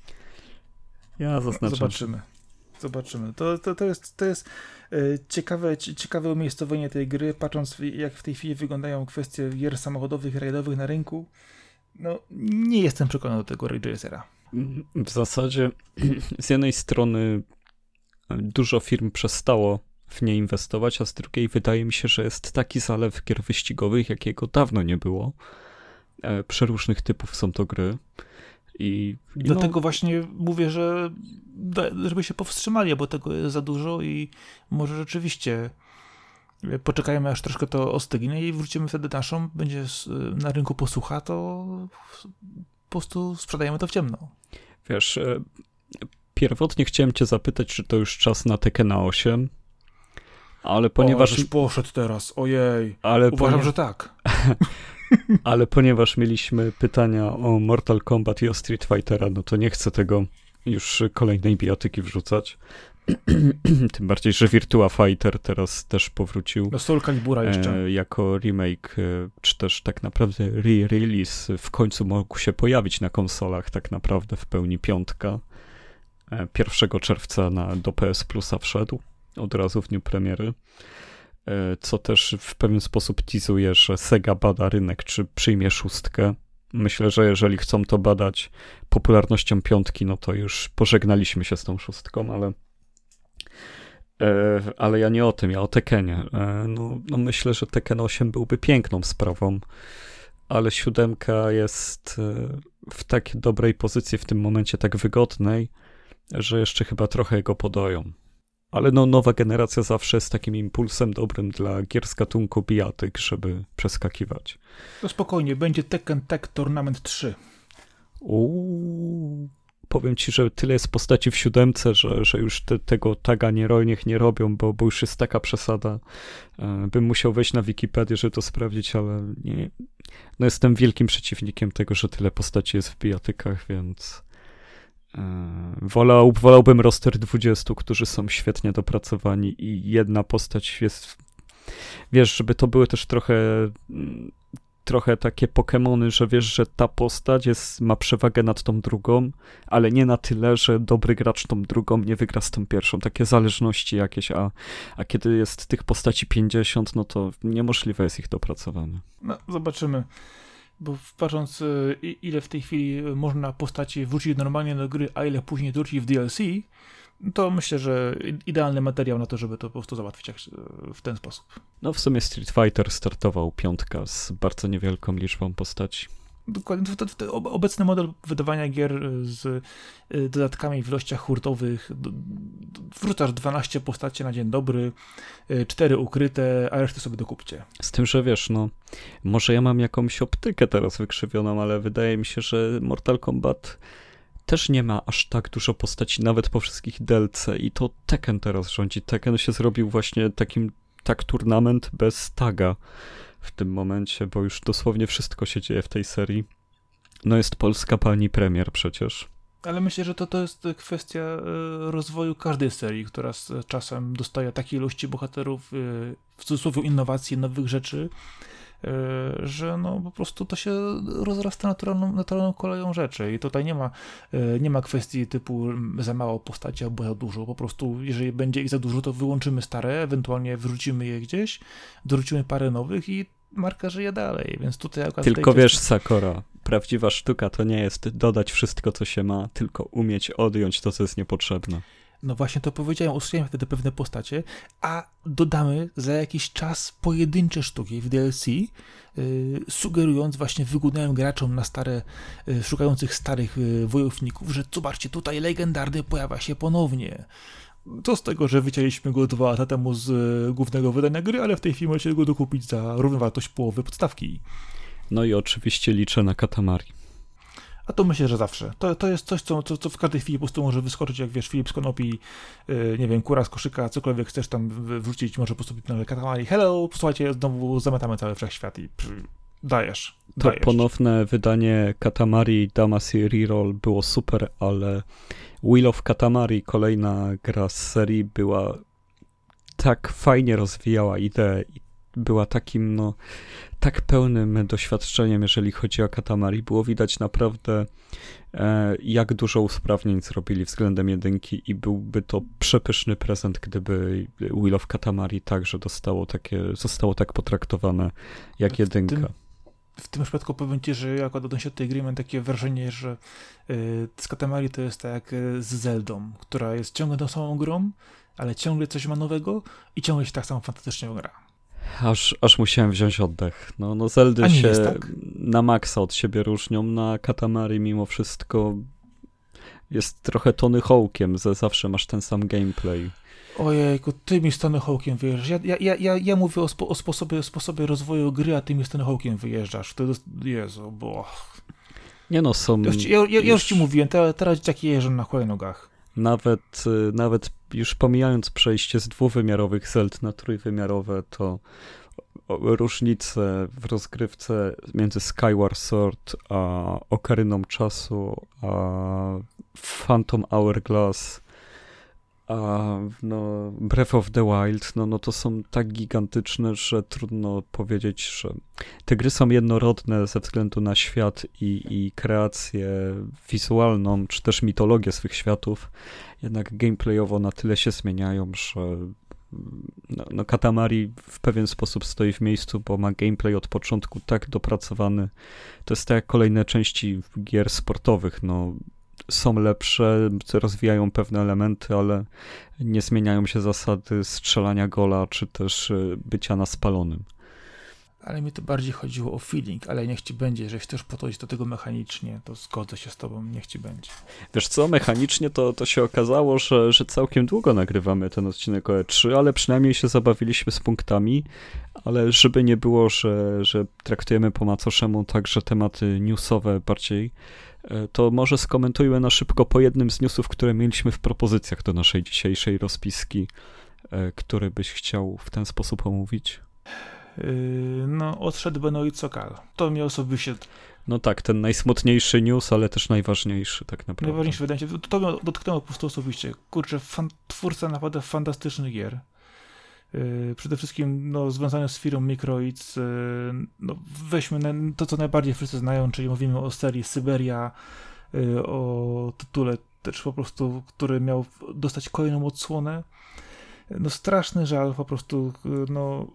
Zobaczymy. To jest ciekawe umiejscowienie tej gry, patrząc jak w tej chwili wyglądają kwestie gier samochodowych i rajdowych na rynku. No, nie jestem przekonany do tego Ridge Racera. W zasadzie z jednej strony dużo firm przestało w nie inwestować, a z drugiej wydaje mi się, że jest taki zalew gier wyścigowych, jakiego dawno nie było. Przeróżnych typów są to gry. Dlatego właśnie mówię, że żeby się powstrzymali, bo tego jest za dużo i może rzeczywiście poczekajmy, aż troszkę to ostygnie i wrócimy wtedy naszą, będzie na rynku posłucha, to po prostu sprzedajemy to w ciemno. Wiesz, pierwotnie chciałem cię zapytać, czy to już czas na Tekkena 8, ale ponieważ... poszedł teraz, ojej. Ale uważam, że tak. Ale ponieważ mieliśmy pytania o Mortal Kombat i o Street Fightera, no to nie chcę tego już kolejnej bijatyki wrzucać. Tym bardziej, że Virtua Fighter teraz też powrócił. Do Soul Calibura jeszcze. Jako remake, czy też tak naprawdę re-release w końcu mógł się pojawić na konsolach, tak naprawdę w pełni 5. 1 czerwca do PS Plusa wszedł, od razu w dniu premiery. Co też w pewien sposób teasuje, że Sega bada rynek, czy przyjmie 6. Myślę, że jeżeli chcą to badać popularnością 5, no to już pożegnaliśmy się z tą 6, ale ja nie o tym, ja o Tekkenie. No myślę, że Tekken 8 byłby piękną sprawą, ale 7 jest w tak dobrej pozycji w tym momencie, tak wygodnej, że jeszcze chyba trochę go podoją. Ale no nowa generacja zawsze jest takim impulsem dobrym dla gier z gatunku bijatyk, żeby przeskakiwać. No spokojnie, będzie Tekken Tag Tournament 3. Powiem ci, że tyle jest postaci w 7, że już tego taga niech nie robią, bo już jest taka przesada. Bym musiał wejść na Wikipedię, żeby to sprawdzić, ale nie. No jestem wielkim przeciwnikiem tego, że tyle postaci jest w bijatykach, więc wolałbym roster 20, którzy są świetnie dopracowani i jedna postać jest, wiesz, żeby to były też trochę takie Pokemony, że wiesz, że ta postać ma przewagę nad tą drugą, ale nie na tyle, że dobry gracz tą drugą nie wygra z tą pierwszą. Takie zależności jakieś, a kiedy jest tych postaci 50, no to niemożliwe jest ich dopracowanie. No, zobaczymy. Bo patrząc, ile w tej chwili można postaci wrócić normalnie do gry, a ile później wrócić w DLC, to myślę, że idealny materiał na to, żeby to po prostu załatwić w ten sposób. No w sumie Street Fighter startował 5 z bardzo niewielką liczbą postaci. Dokładnie. Obecny model wydawania gier z dodatkami w ilościach hurtowych, wrzucasz 12 postaci na dzień dobry, 4 ukryte, a resztę sobie dokupcie. Z tym, że wiesz, no może ja mam jakąś optykę teraz wykrzywioną, ale wydaje mi się, że Mortal Kombat też nie ma aż tak dużo postaci, nawet po wszystkich DLC i to Tekken teraz rządzi. Tekken się zrobił właśnie takim turnament bez taga w tym momencie, bo już dosłownie wszystko się dzieje w tej serii. No jest polska pani premier przecież. Ale myślę, że to jest kwestia rozwoju każdej serii, która z czasem dostaje takiej ilości bohaterów, w cudzysłowie innowacji, nowych rzeczy, że no po prostu to się rozrasta naturalną koleją rzeczy i tutaj nie ma kwestii typu za mało postaci albo za dużo, po prostu jeżeli będzie ich za dużo, to wyłączymy stare, ewentualnie wyrzucimy je gdzieś, dorzucimy parę nowych i marka żyje dalej, więc tutaj akurat... Tylko wiesz, Sakura, prawdziwa sztuka to nie jest dodać wszystko, co się ma, tylko umieć odjąć to, co jest niepotrzebne. No właśnie to powiedziałem, usłyszałem wtedy pewne postacie, a dodamy za jakiś czas pojedyncze sztuki w DLC, sugerując właśnie wygodnym graczom na szukających starych wojowników, że zobaczcie, tutaj legendarny pojawia się ponownie. Co z tego, że wycięliśmy go 2 lata temu z głównego wydania gry, ale w tej chwili możecie go dokupić za równą wartość połowy podstawki. No i oczywiście liczę na Katamari. A to myślę, że zawsze. To jest coś, co w każdej chwili po prostu może wyskoczyć, jak wiesz, Filip z konopi, nie wiem, kura z koszyka, cokolwiek chcesz tam wrzucić, może postawić na Katamari. Hello, posłuchajcie, znowu zamiatamy cały wszechświat i dajesz. To ponowne wydanie Katamari Damacy Reroll było super, ale Wheel of Katamari, kolejna gra z serii, była tak fajnie rozwijała ideę i była takim, no, tak pełnym doświadczeniem, jeżeli chodzi o Katamari. Było widać naprawdę, jak dużo usprawnień zrobili względem jedynki i byłby to przepyszny prezent, gdyby Wheel of Katamari także zostało tak potraktowane jak jedynka. W tym przypadku powiem ci, że ja odnośnie się do tej gry mam takie wrażenie, że z Katamari to jest tak jak z Zeldą, która jest ciągle tą samą grą, ale ciągle coś ma nowego i ciągle się tak samo fantastycznie gra. Aż musiałem wziąć oddech. No Zeldy się jest, tak? Na maksa od siebie różnią, na Katamari mimo wszystko jest trochę Tony Hawkiem, zawsze masz ten sam gameplay. Ojejku, ty mi z Tony Hawkiem wyjeżdżasz. Ja mówię o sposobie rozwoju gry, a ty mi z Tony Hawkiem wyjeżdżasz. To jest, Jezu, bo... Nie no, są... Ja już ci mówiłem, teraz dzieciaki jeżdżą na hulajnogach. Nawet już pomijając przejście z dwuwymiarowych Zeld na trójwymiarowe, to różnice w rozgrywce między Skyward Sword a Okaryną Czasu, a Phantom Hourglass, a no, Breath of the Wild, no to są tak gigantyczne, że trudno powiedzieć, że te gry są jednorodne ze względu na świat i kreację wizualną, czy też mitologię swych światów, jednak gameplayowo na tyle się zmieniają, że no Katamari w pewien sposób stoi w miejscu, bo ma gameplay od początku tak dopracowany. To jest tak jak kolejne części gier sportowych, no są lepsze, rozwijają pewne elementy, ale nie zmieniają się zasady strzelania gola, czy też bycia na spalonym. Ale mi to bardziej chodziło o feeling, ale niech ci będzie, jeżeli chcesz podejść do tego mechanicznie, to zgodzę się z tobą, niech ci będzie. Wiesz co, mechanicznie to się okazało, że całkiem długo nagrywamy ten odcinek o E3, ale przynajmniej się zabawiliśmy z punktami, ale żeby nie było, że traktujemy po macoszemu także tematy newsowe bardziej, to może skomentujmy na szybko po jednym z newsów, które mieliśmy w propozycjach do naszej dzisiejszej rozpiski, który byś chciał w ten sposób omówić? No, odszedł Benoit Sokal. To mnie osobiście... No tak, ten najsmutniejszy news, ale też najważniejszy tak naprawdę. Najważniejszy wydaje się, to mnie dotknęło po prostu osobiście. Kurczę, twórca naprawdę fantastycznych gier. Przede wszystkim no, związany z firmą Microids. No, weźmy to, co najbardziej wszyscy znają, czyli mówimy o serii Syberia, o tytule też po prostu, który miał dostać kolejną odsłonę. No straszny żal, po prostu, no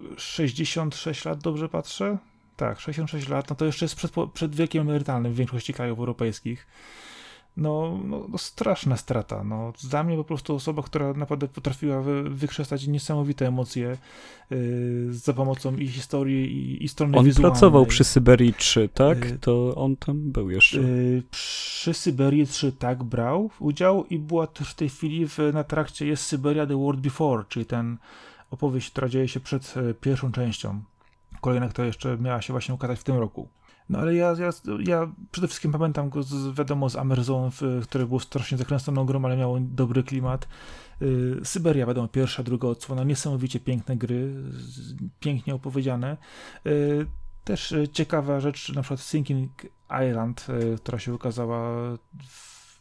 66 lat, dobrze patrzę? Tak, 66 lat, no to jeszcze jest przed wiekiem emerytalnym w większości krajów europejskich. No straszna strata, no dla mnie po prostu osoba, która naprawdę potrafiła wykrzesać niesamowite emocje za pomocą i historii i strony wizualnej. On pracował przy Syberii 3, tak? To on tam był jeszcze. Przy Syberii 3 tak brał udział i była też w tej chwili na trakcie jest Syberia The World Before, czyli ten opowieść, która dzieje się przed pierwszą częścią. Kolejna, która jeszcze miała się właśnie ukazać w tym roku. No ale ja przede wszystkim pamiętam go wiadomo z Amazon, które było strasznie zakręconą grą, ale miało dobry klimat. Syberia, wiadomo, pierwsza, druga odsłona, niesamowicie piękne gry, pięknie opowiedziane. Też ciekawa rzecz, na przykład Sinking Island, która się ukazała w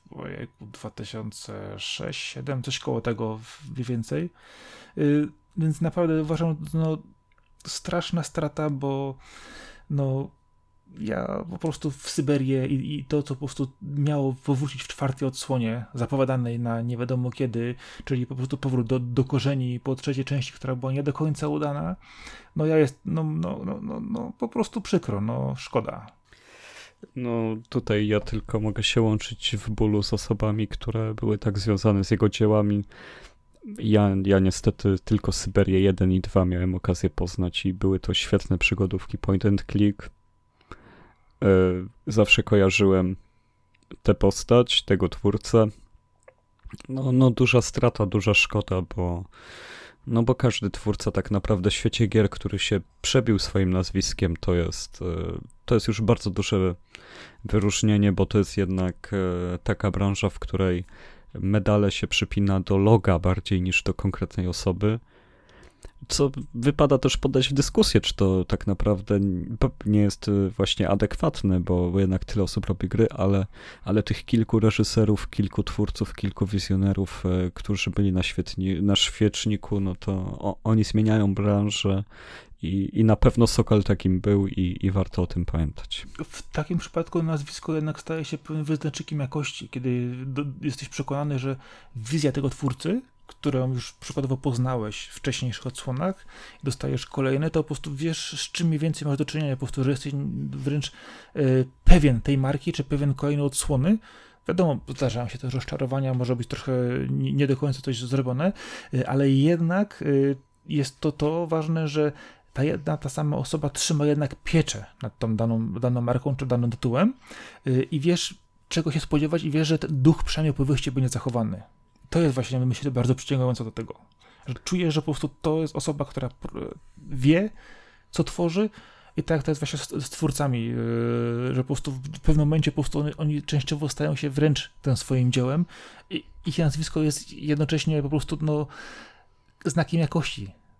2006-2007, coś koło tego mniej więcej. Więc naprawdę uważam, no straszna strata, bo no ja po prostu w Syberię i to, co po prostu miało powrócić w czwartej odsłonie, zapowiadanej na nie wiadomo kiedy, czyli po prostu powrót do korzeni po trzeciej części, która była nie do końca udana, no ja jest, no po prostu przykro, no szkoda. No tutaj ja tylko mogę się łączyć w bólu z osobami, które były tak związane z jego dziełami. Ja niestety tylko Syberię 1 i 2 miałem okazję poznać i były to świetne przygodówki point and click. Zawsze kojarzyłem tę postać, tego twórcę. No duża strata, duża szkoda, bo każdy twórca tak naprawdę w świecie gier, który się przebił swoim nazwiskiem, to jest już bardzo duże wyróżnienie, bo to jest jednak taka branża, w której medale się przypina do loga bardziej niż do konkretnej osoby. Co wypada też podać w dyskusję, czy to tak naprawdę nie jest właśnie adekwatne, bo jednak tyle osób robi gry, ale tych kilku reżyserów, kilku twórców, kilku wizjonerów, którzy byli na świeczniku, no to oni zmieniają branżę i na pewno Sokal takim był i warto o tym pamiętać. W takim przypadku nazwisko jednak staje się pewnym wyznacznikiem jakości, kiedy jesteś przekonany, że wizja tego twórcy, którą już przykładowo poznałeś w wcześniejszych odsłonach, dostajesz kolejne, to po prostu wiesz, z czym mniej więcej masz do czynienia, po prostu, że jesteś wręcz pewien tej marki, czy pewien kolejnej odsłony. Wiadomo, zdarzają się też rozczarowania, może być trochę nie do końca coś zrobione, ale jednak jest to ważne, że ta sama osoba trzyma jednak pieczę nad tą daną marką, czy danym tytułem i wiesz, czego się spodziewać i wiesz, że ten duch przynajmniej opowieści będzie zachowany. To jest właśnie, myślę, bardzo przyciągające do tego. Że czujesz, że po prostu to jest osoba, która wie, co tworzy i tak to jest właśnie z twórcami, że po prostu w pewnym momencie po prostu oni częściowo stają się wręcz tym swoim dziełem i ich nazwisko jest jednocześnie po prostu znakiem jakości.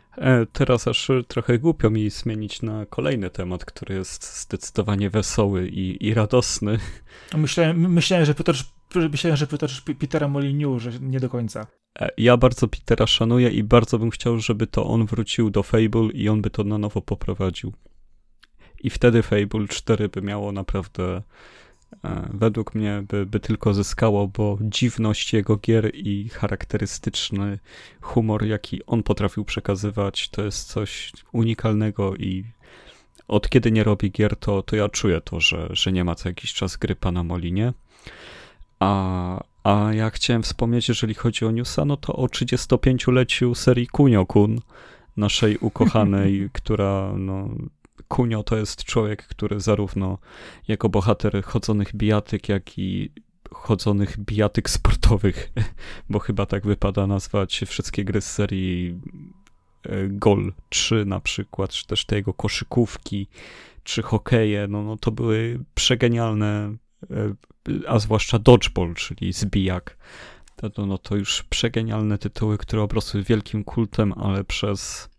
Teraz aż trochę głupio mi zmienić na kolejny temat, który jest zdecydowanie wesoły i radosny. Myślałem, że pytasz Petera Molyneux, że nie do końca. Ja bardzo Petera szanuję i bardzo bym chciał, żeby to on wrócił do Fable i on by to na nowo poprowadził. I wtedy Fable 4 by miało naprawdę, według mnie, by tylko zyskało, bo dziwność jego gier i charakterystyczny humor, jaki on potrafił przekazywać, to jest coś unikalnego i od kiedy nie robi gier, to ja czuję to, że nie ma co jakiś czas gry pana Molinie. A ja chciałem wspomnieć, jeżeli chodzi o newsa, no to o 35-leciu serii Kunio-kun, naszej ukochanej, która, no, Kunio to jest człowiek, który zarówno jako bohater chodzonych bijatyk, jak i chodzonych bijatyk sportowych, bo chyba tak wypada nazwać wszystkie gry z serii Gol 3 na przykład, czy też te jego koszykówki, czy hokeje, no to były przegenialne, a zwłaszcza Dodgeball, czyli zbijak. To już przegenialne tytuły, które obrosły wielkim kultem, ale przez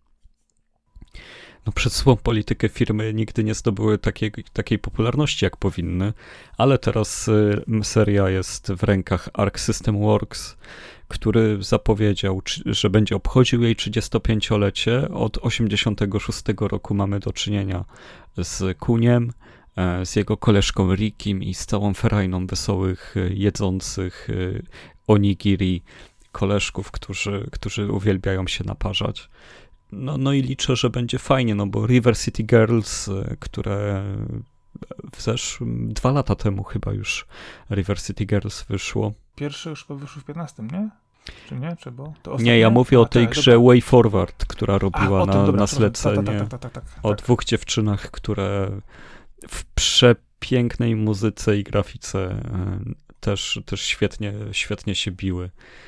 złą politykę firmy nigdy nie zdobyły takiej popularności, jak powinny, ale teraz seria jest w rękach Arc System Works, który zapowiedział, że będzie obchodził jej 35-lecie. Od 86 roku mamy do czynienia z Kuniem, z jego koleżką Rikim i z całą ferajną wesołych, jedzących onigiri koleżków, którzy uwielbiają się naparzać. No i liczę, że będzie fajnie, no bo River City Girls, które 2 lata temu chyba już River City Girls wyszło. Pierwszy już wyszło w 15, nie? Czy nie? Czy bo? To nie, ja mówię o tej grze dobra. Way Forward, która robiła na zlecenie o 2 dziewczynach, które w przepięknej muzyce i grafice też świetnie się biły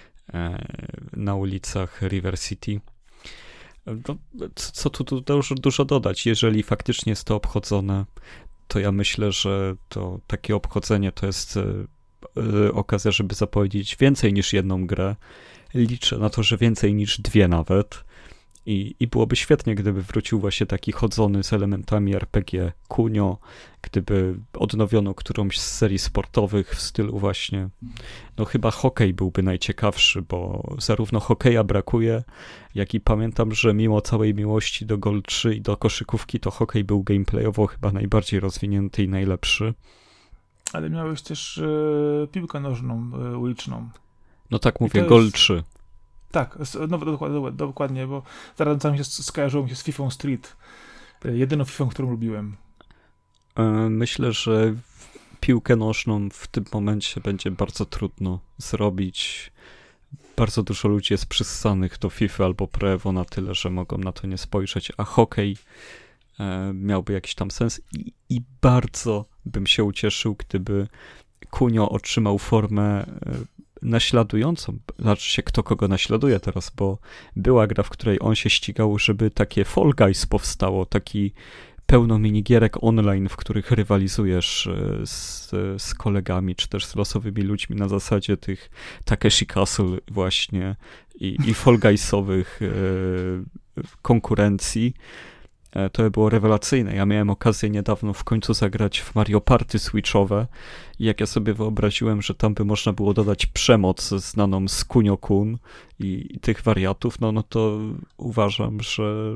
na ulicach River City. No, co tu dużo dodać? Jeżeli faktycznie jest to obchodzone, to ja myślę, że to takie obchodzenie to jest okazja, żeby zapowiedzieć więcej niż jedną grę. Liczę na to, że więcej niż 2 nawet. I byłoby świetnie, gdyby wrócił właśnie taki chodzony z elementami RPG Kunio, gdyby odnowiono którąś z serii sportowych w stylu właśnie, no chyba hokej byłby najciekawszy, bo zarówno hokeja brakuje, jak i pamiętam, że mimo całej miłości do Gol 3 i do koszykówki, to hokej był gameplayowo chyba najbardziej rozwinięty i najlepszy. Ale miałeś też piłkę nożną uliczną. No tak mówię, Gol 3. Tak, no, dokładnie, bo zaraz skojarzyło mi się z FIFA Street. Jedyną FIFA, którą lubiłem. Myślę, że piłkę nożną w tym momencie będzie bardzo trudno zrobić. Bardzo dużo ludzi jest przyssanych do FIFA albo Pro Evo na tyle, że mogą na to nie spojrzeć, a hokej miałby jakiś tam sens i bardzo bym się ucieszył, gdyby Kunio otrzymał formę naśladującą, znaczy się kto kogo naśladuje teraz, bo była gra, w której on się ścigał, żeby takie Fall Guys powstało, taki pełno minigierek online, w których rywalizujesz z kolegami, czy też z losowymi ludźmi na zasadzie tych Takeshi Castle właśnie i Fall Guysowych konkurencji. To było rewelacyjne. Ja miałem okazję niedawno w końcu zagrać w Mario Party Switchowe i jak ja sobie wyobraziłem, że tam by można było dodać przemoc znaną z Kunio-kun i tych wariatów, no to uważam, że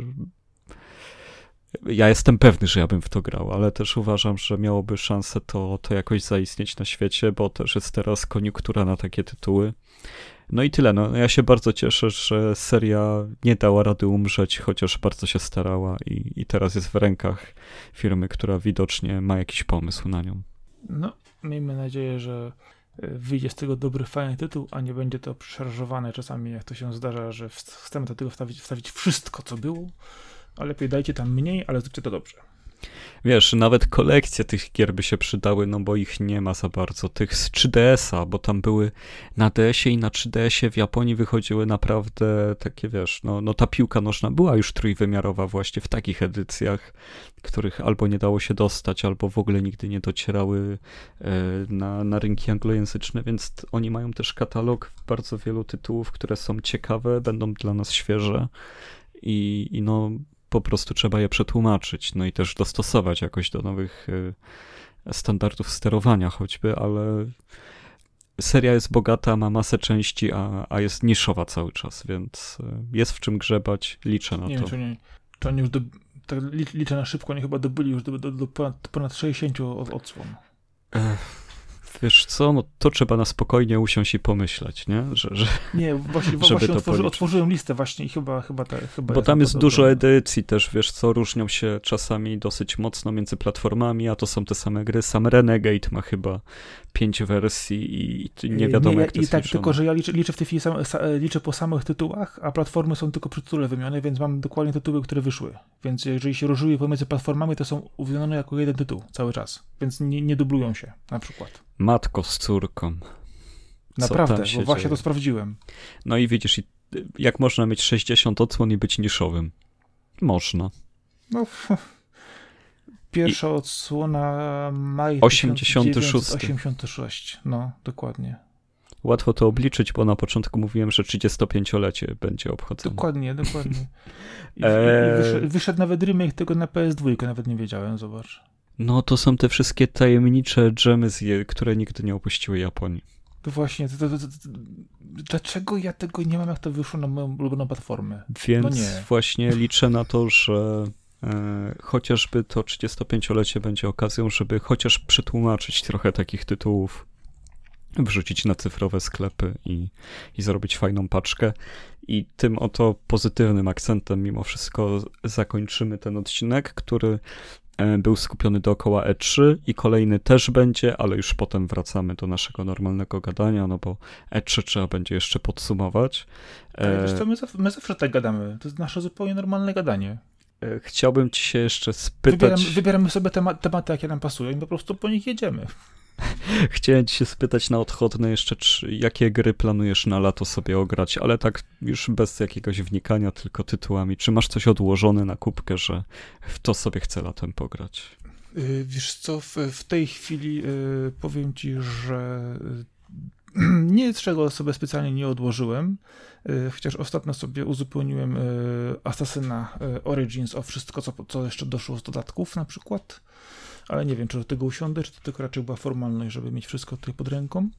ja jestem pewny, że ja bym w to grał, ale też uważam, że miałoby szansę to jakoś zaistnieć na świecie, bo też jest teraz koniunktura na takie tytuły. No i tyle. No, ja się bardzo cieszę, że seria nie dała rady umrzeć, chociaż bardzo się starała i teraz jest w rękach firmy, która widocznie ma jakiś pomysł na nią. No, miejmy nadzieję, że wyjdzie z tego dobry, fajny tytuł, a nie będzie to przeszarżowane czasami, jak to się zdarza, że chcemy do tego wstawić wszystko, co było, a lepiej dajcie tam mniej, ale zróbcie to dobrze. Wiesz, nawet kolekcje tych gier by się przydały, no bo ich nie ma za bardzo. Tych z 3DS-a, bo tam były na DS-ie i na 3DS-ie w Japonii wychodziły naprawdę takie, wiesz, no ta piłka nożna była już trójwymiarowa właśnie w takich edycjach, których albo nie dało się dostać, albo w ogóle nigdy nie docierały na rynki anglojęzyczne, więc oni mają też katalog bardzo wielu tytułów, które są ciekawe, będą dla nas świeże. i no po prostu trzeba je przetłumaczyć, no i też dostosować jakoś do nowych standardów sterowania choćby, ale seria jest bogata, ma masę części, a jest niszowa cały czas, więc jest w czym grzebać, liczę na nie to. Wiem, czy oni już tak liczę na szybko, oni chyba dobyli już do ponad 60 odsłon. Wiesz co, no to trzeba na spokojnie usiąść i pomyśleć, nie? Nie, właśnie otworzyłem listę właśnie i chyba bo tam jest dużo edycji też, wiesz co, różnią się czasami dosyć mocno między platformami, a to są te same gry. Sam Renegade ma chyba 5 wersji i nie wiadomo jak to jest liczone. Tylko że ja liczę w tej chwili liczę po samych tytułach, a platformy są tylko przy tytule wymienione, więc mam dokładnie tytuły, które wyszły. Więc jeżeli się różniły pomiędzy platformami, to są uwzględnione jako jeden tytuł cały czas, więc nie dublują się na przykład. Matko z córką. Naprawdę, bo właśnie to sprawdziłem. No i widzisz, jak można mieć 60 odsłon i być niszowym? Można. No, pierwsza odsłona maj 86. No, dokładnie. Łatwo to obliczyć, bo na początku mówiłem, że 35-lecie będzie obchodzone. Dokładnie. I wyszedł nawet remake tego na PS2, nawet nie wiedziałem, zobacz. No to są te wszystkie tajemnicze dżemy, które nigdy nie opuściły Japonii. To właśnie, dlaczego ja tego nie mam, jak to wyszło na moją ulubioną platformę? Więc właśnie liczę na to, że chociażby to 35-lecie będzie okazją, żeby chociaż przetłumaczyć trochę takich tytułów, wrzucić na cyfrowe sklepy i zrobić fajną paczkę. I tym oto pozytywnym akcentem mimo wszystko zakończymy ten odcinek, który był skupiony dookoła E3 i kolejny też będzie, ale już potem wracamy do naszego normalnego gadania, no bo E3 trzeba będzie jeszcze podsumować. Ale wiesz co, my zawsze tak gadamy. To jest nasze zupełnie normalne gadanie. Chciałbym ci się jeszcze spytać... Wybieramy sobie tematy, jakie nam pasują i po prostu po nich jedziemy. Chciałem ci się spytać na odchodne jeszcze, jakie gry planujesz na lato sobie ograć, ale tak już bez jakiegoś wnikania, tylko tytułami. Czy masz coś odłożone na kubkę, że w to sobie chcę latem pograć? Wiesz co, w tej chwili powiem ci, że niczego sobie specjalnie nie odłożyłem, chociaż ostatnio sobie uzupełniłem Assassina Origins o wszystko, co jeszcze doszło z dodatków na przykład. Ale nie wiem, czy do tego usiądę, czy to tylko raczej była formalność, żeby mieć wszystko tutaj pod ręką.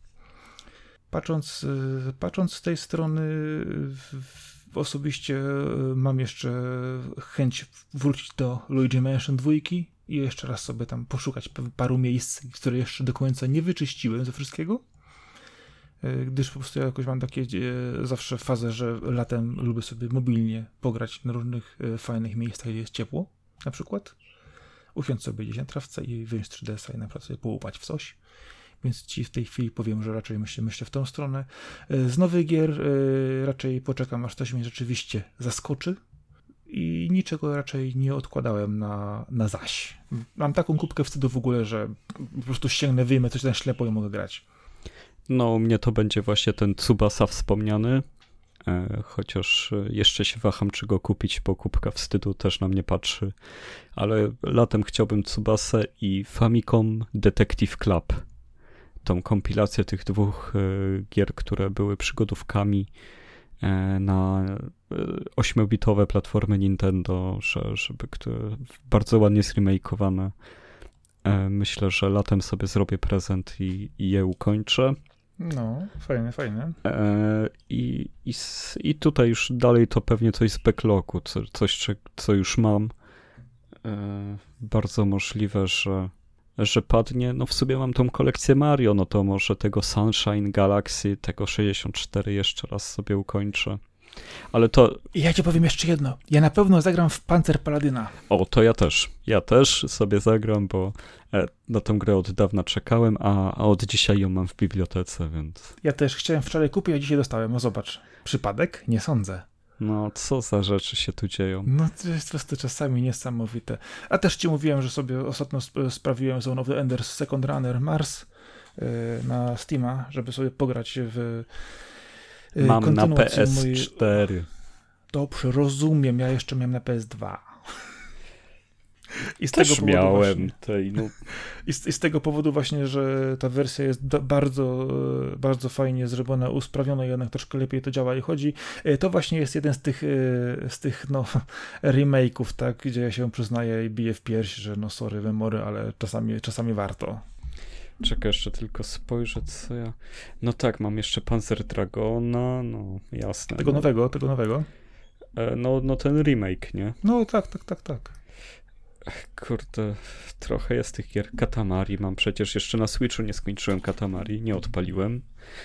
Patrząc z tej strony, osobiście mam jeszcze chęć wrócić do Luigi Mansion 2 i jeszcze raz sobie tam poszukać paru miejsc, które jeszcze do końca nie wyczyściłem ze wszystkiego. Gdyż po prostu ja jakoś mam takie zawsze fazę, że latem lubię sobie mobilnie pograć na różnych fajnych miejscach, gdzie jest ciepło, na przykład. Usiąść sobie gdzieś na trawce i wyjąć 3DS-a i naprawdę sobie połupać w coś. Więc ci w tej chwili powiem, że raczej myślę w tą stronę. Z nowych gier raczej poczekam, aż coś mnie rzeczywiście zaskoczy i niczego raczej nie odkładałem na zaś. Mam taką kubkę wstydu w ogóle, że po prostu sięgnę, wyjmę coś na ślepo i mogę grać. No, u mnie to będzie właśnie ten Tsubasa wspomniany, chociaż jeszcze się waham, czy go kupić, bo kubka wstydu też na mnie patrzy, ale latem chciałbym Tsubasę i Famicom Detective Club, tą kompilację tych dwóch gier, które były przygodówkami na 8-bitowe platformy Nintendo, żeby bardzo ładnie zremakeowane. Myślę, że latem sobie zrobię prezent i je ukończę. No, fajne. I tutaj już dalej to pewnie coś z backlogu, coś, co już mam. Bardzo możliwe, że padnie. No w sobie mam tą kolekcję Mario, no to może tego Sunshine Galaxy, tego 64 jeszcze raz sobie ukończę. Ale to... Ja ci powiem jeszcze jedno. Ja na pewno zagram w Panzer Paladyna. O, to ja też. Ja też sobie zagram, bo na tę grę od dawna czekałem, a od dzisiaj ją mam w bibliotece, więc... Ja też chciałem wczoraj kupić, a dzisiaj dostałem. No zobacz. Przypadek? Nie sądzę. No, co za rzeczy się tu dzieją. No, to jest po prostu czasami niesamowite. A też ci mówiłem, że sobie ostatnio sprawiłem Zone of the Enders Second Runner Mars na Steama, żeby sobie pograć w mam na PS4. Dobrze, rozumiem. Ja jeszcze miałem na PS2. I z Też tego powodu miałem właśnie, i z tego powodu właśnie, że ta wersja jest bardzo, bardzo fajnie zrobiona, usprawniona i jednak troszkę lepiej to działa i chodzi. To właśnie jest jeden z tych remake'ów, tak, gdzie ja się przyznaję i biję w pierś, że no sorry, wymory, ale czasami warto. Czekaj, jeszcze tylko spojrzę, co ja... No tak, mam jeszcze Panzer Dragona, no jasne. Tego nowego? No ten remake, nie? No tak. Kurde, trochę jest tych gier. Katamari mam przecież, jeszcze na Switchu nie skończyłem Katamari, nie odpaliłem.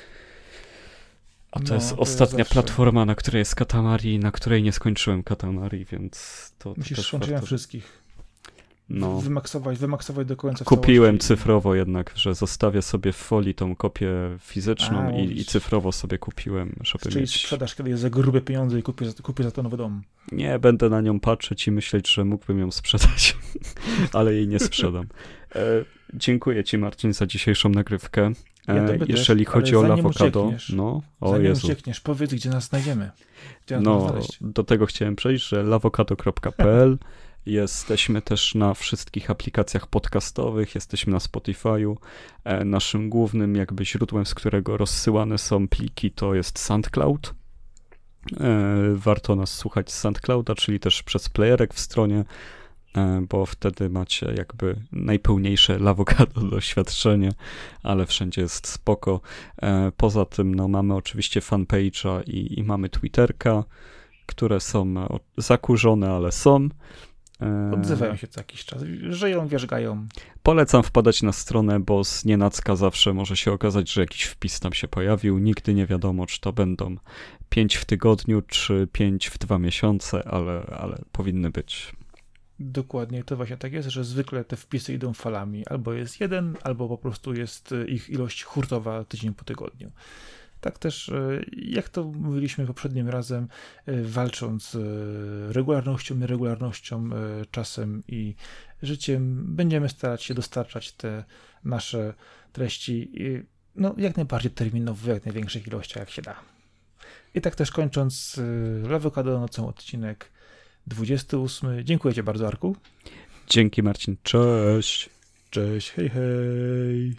A to jest ostatnia platforma, na której jest Katamari, na której nie skończyłem Katamari, więc to musisz też skończyć warto... wszystkich. No. Wymaksować do końca. Kupiłem cyfrowo jednak, że zostawię sobie w folii tą kopię fizyczną i cyfrowo sobie kupiłem, żeby czyli mieć... sprzedaż kiedyś za grube pieniądze i kupię za to nowy dom. Nie, będę na nią patrzeć i myśleć, że mógłbym ją sprzedać, ale jej nie sprzedam. Dziękuję ci, Marcin, za dzisiejszą nagrywkę. Jeżeli chodzi o Lawokado, zanim uciekniesz, powiedz, gdzie nas znajdziemy. Do tego chciałem przejść, że lawokado.pl. Jesteśmy też na wszystkich aplikacjach podcastowych, jesteśmy na Spotify'u. Naszym głównym jakby źródłem, z którego rozsyłane są pliki, to jest SoundCloud. Warto nas słuchać z SoundClouda, czyli też przez playerek w stronie, bo wtedy macie jakby najpełniejsze Lawokado doświadczenie, ale wszędzie jest spoko. Poza tym mamy oczywiście fanpage'a i mamy Twitterka, które są zakurzone, ale są. Odzywają się co jakiś czas, żyją, wierzgają. Polecam wpadać na stronę, bo z nienacka zawsze może się okazać, że jakiś wpis tam się pojawił. Nigdy nie wiadomo, czy to będą 5 w tygodniu, czy 5 w 2 miesiące, ale powinny być. Dokładnie, to właśnie tak jest, że zwykle te wpisy idą falami. Albo jest jeden, albo po prostu jest ich ilość hurtowa tydzień po tygodniu. Tak też, jak to mówiliśmy poprzednim razem, walcząc z regularnością, nieregularnością, czasem i życiem, będziemy starać się dostarczać te nasze treści jak najbardziej terminowo, w jak największych ilościach, jak się da. I tak też kończąc, Lawokado nocą odcinek 28. Dziękuję ci bardzo, Arku. Dzięki, Marcin. Cześć. Cześć, hej, hej.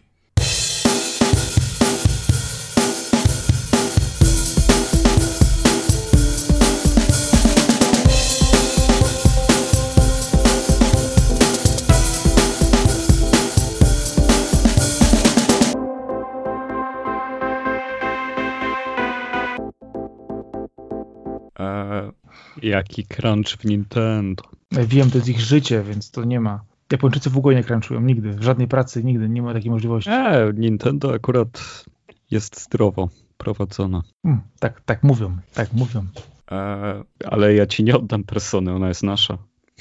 Jaki crunch w Nintendo. Ja wiem, to jest ich życie, więc to nie ma. Japończycy w ogóle nie crunchują, nigdy. W żadnej pracy nigdy nie ma takiej możliwości. Nintendo akurat jest zdrowo prowadzona. Tak mówią. Ale ja ci nie oddam persony, ona jest nasza.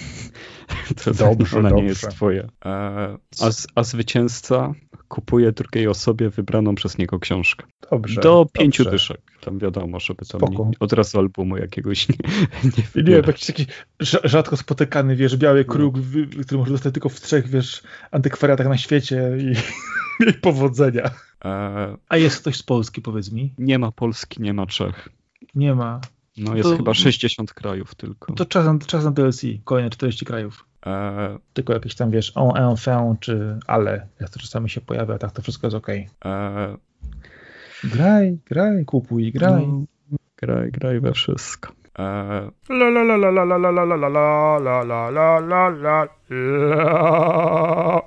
Ona nie jest twoja. A zwycięzca kupuje drugiej osobie wybraną przez niego książkę. Do 5 dyszek. Tam wiadomo, żeby tam od razu albumu jakiegoś nie wybierać. Jakiś taki rzadko spotykany, biały kruk, który może dostać tylko w 3, antykwariatach na świecie i powodzenia. A jest ktoś z Polski, powiedz mi? Nie ma Polski, nie ma Czech. Nie ma. No jest chyba 60 krajów tylko. To czas na DLC, kolejne 40 krajów. Tylko jakieś tam, enfant czy ale, jak to czasami się pojawia, tak to wszystko jest okej. Graj, kupuj, graj. No, graj we wszystko. La la la la la la la la la la la la la la la.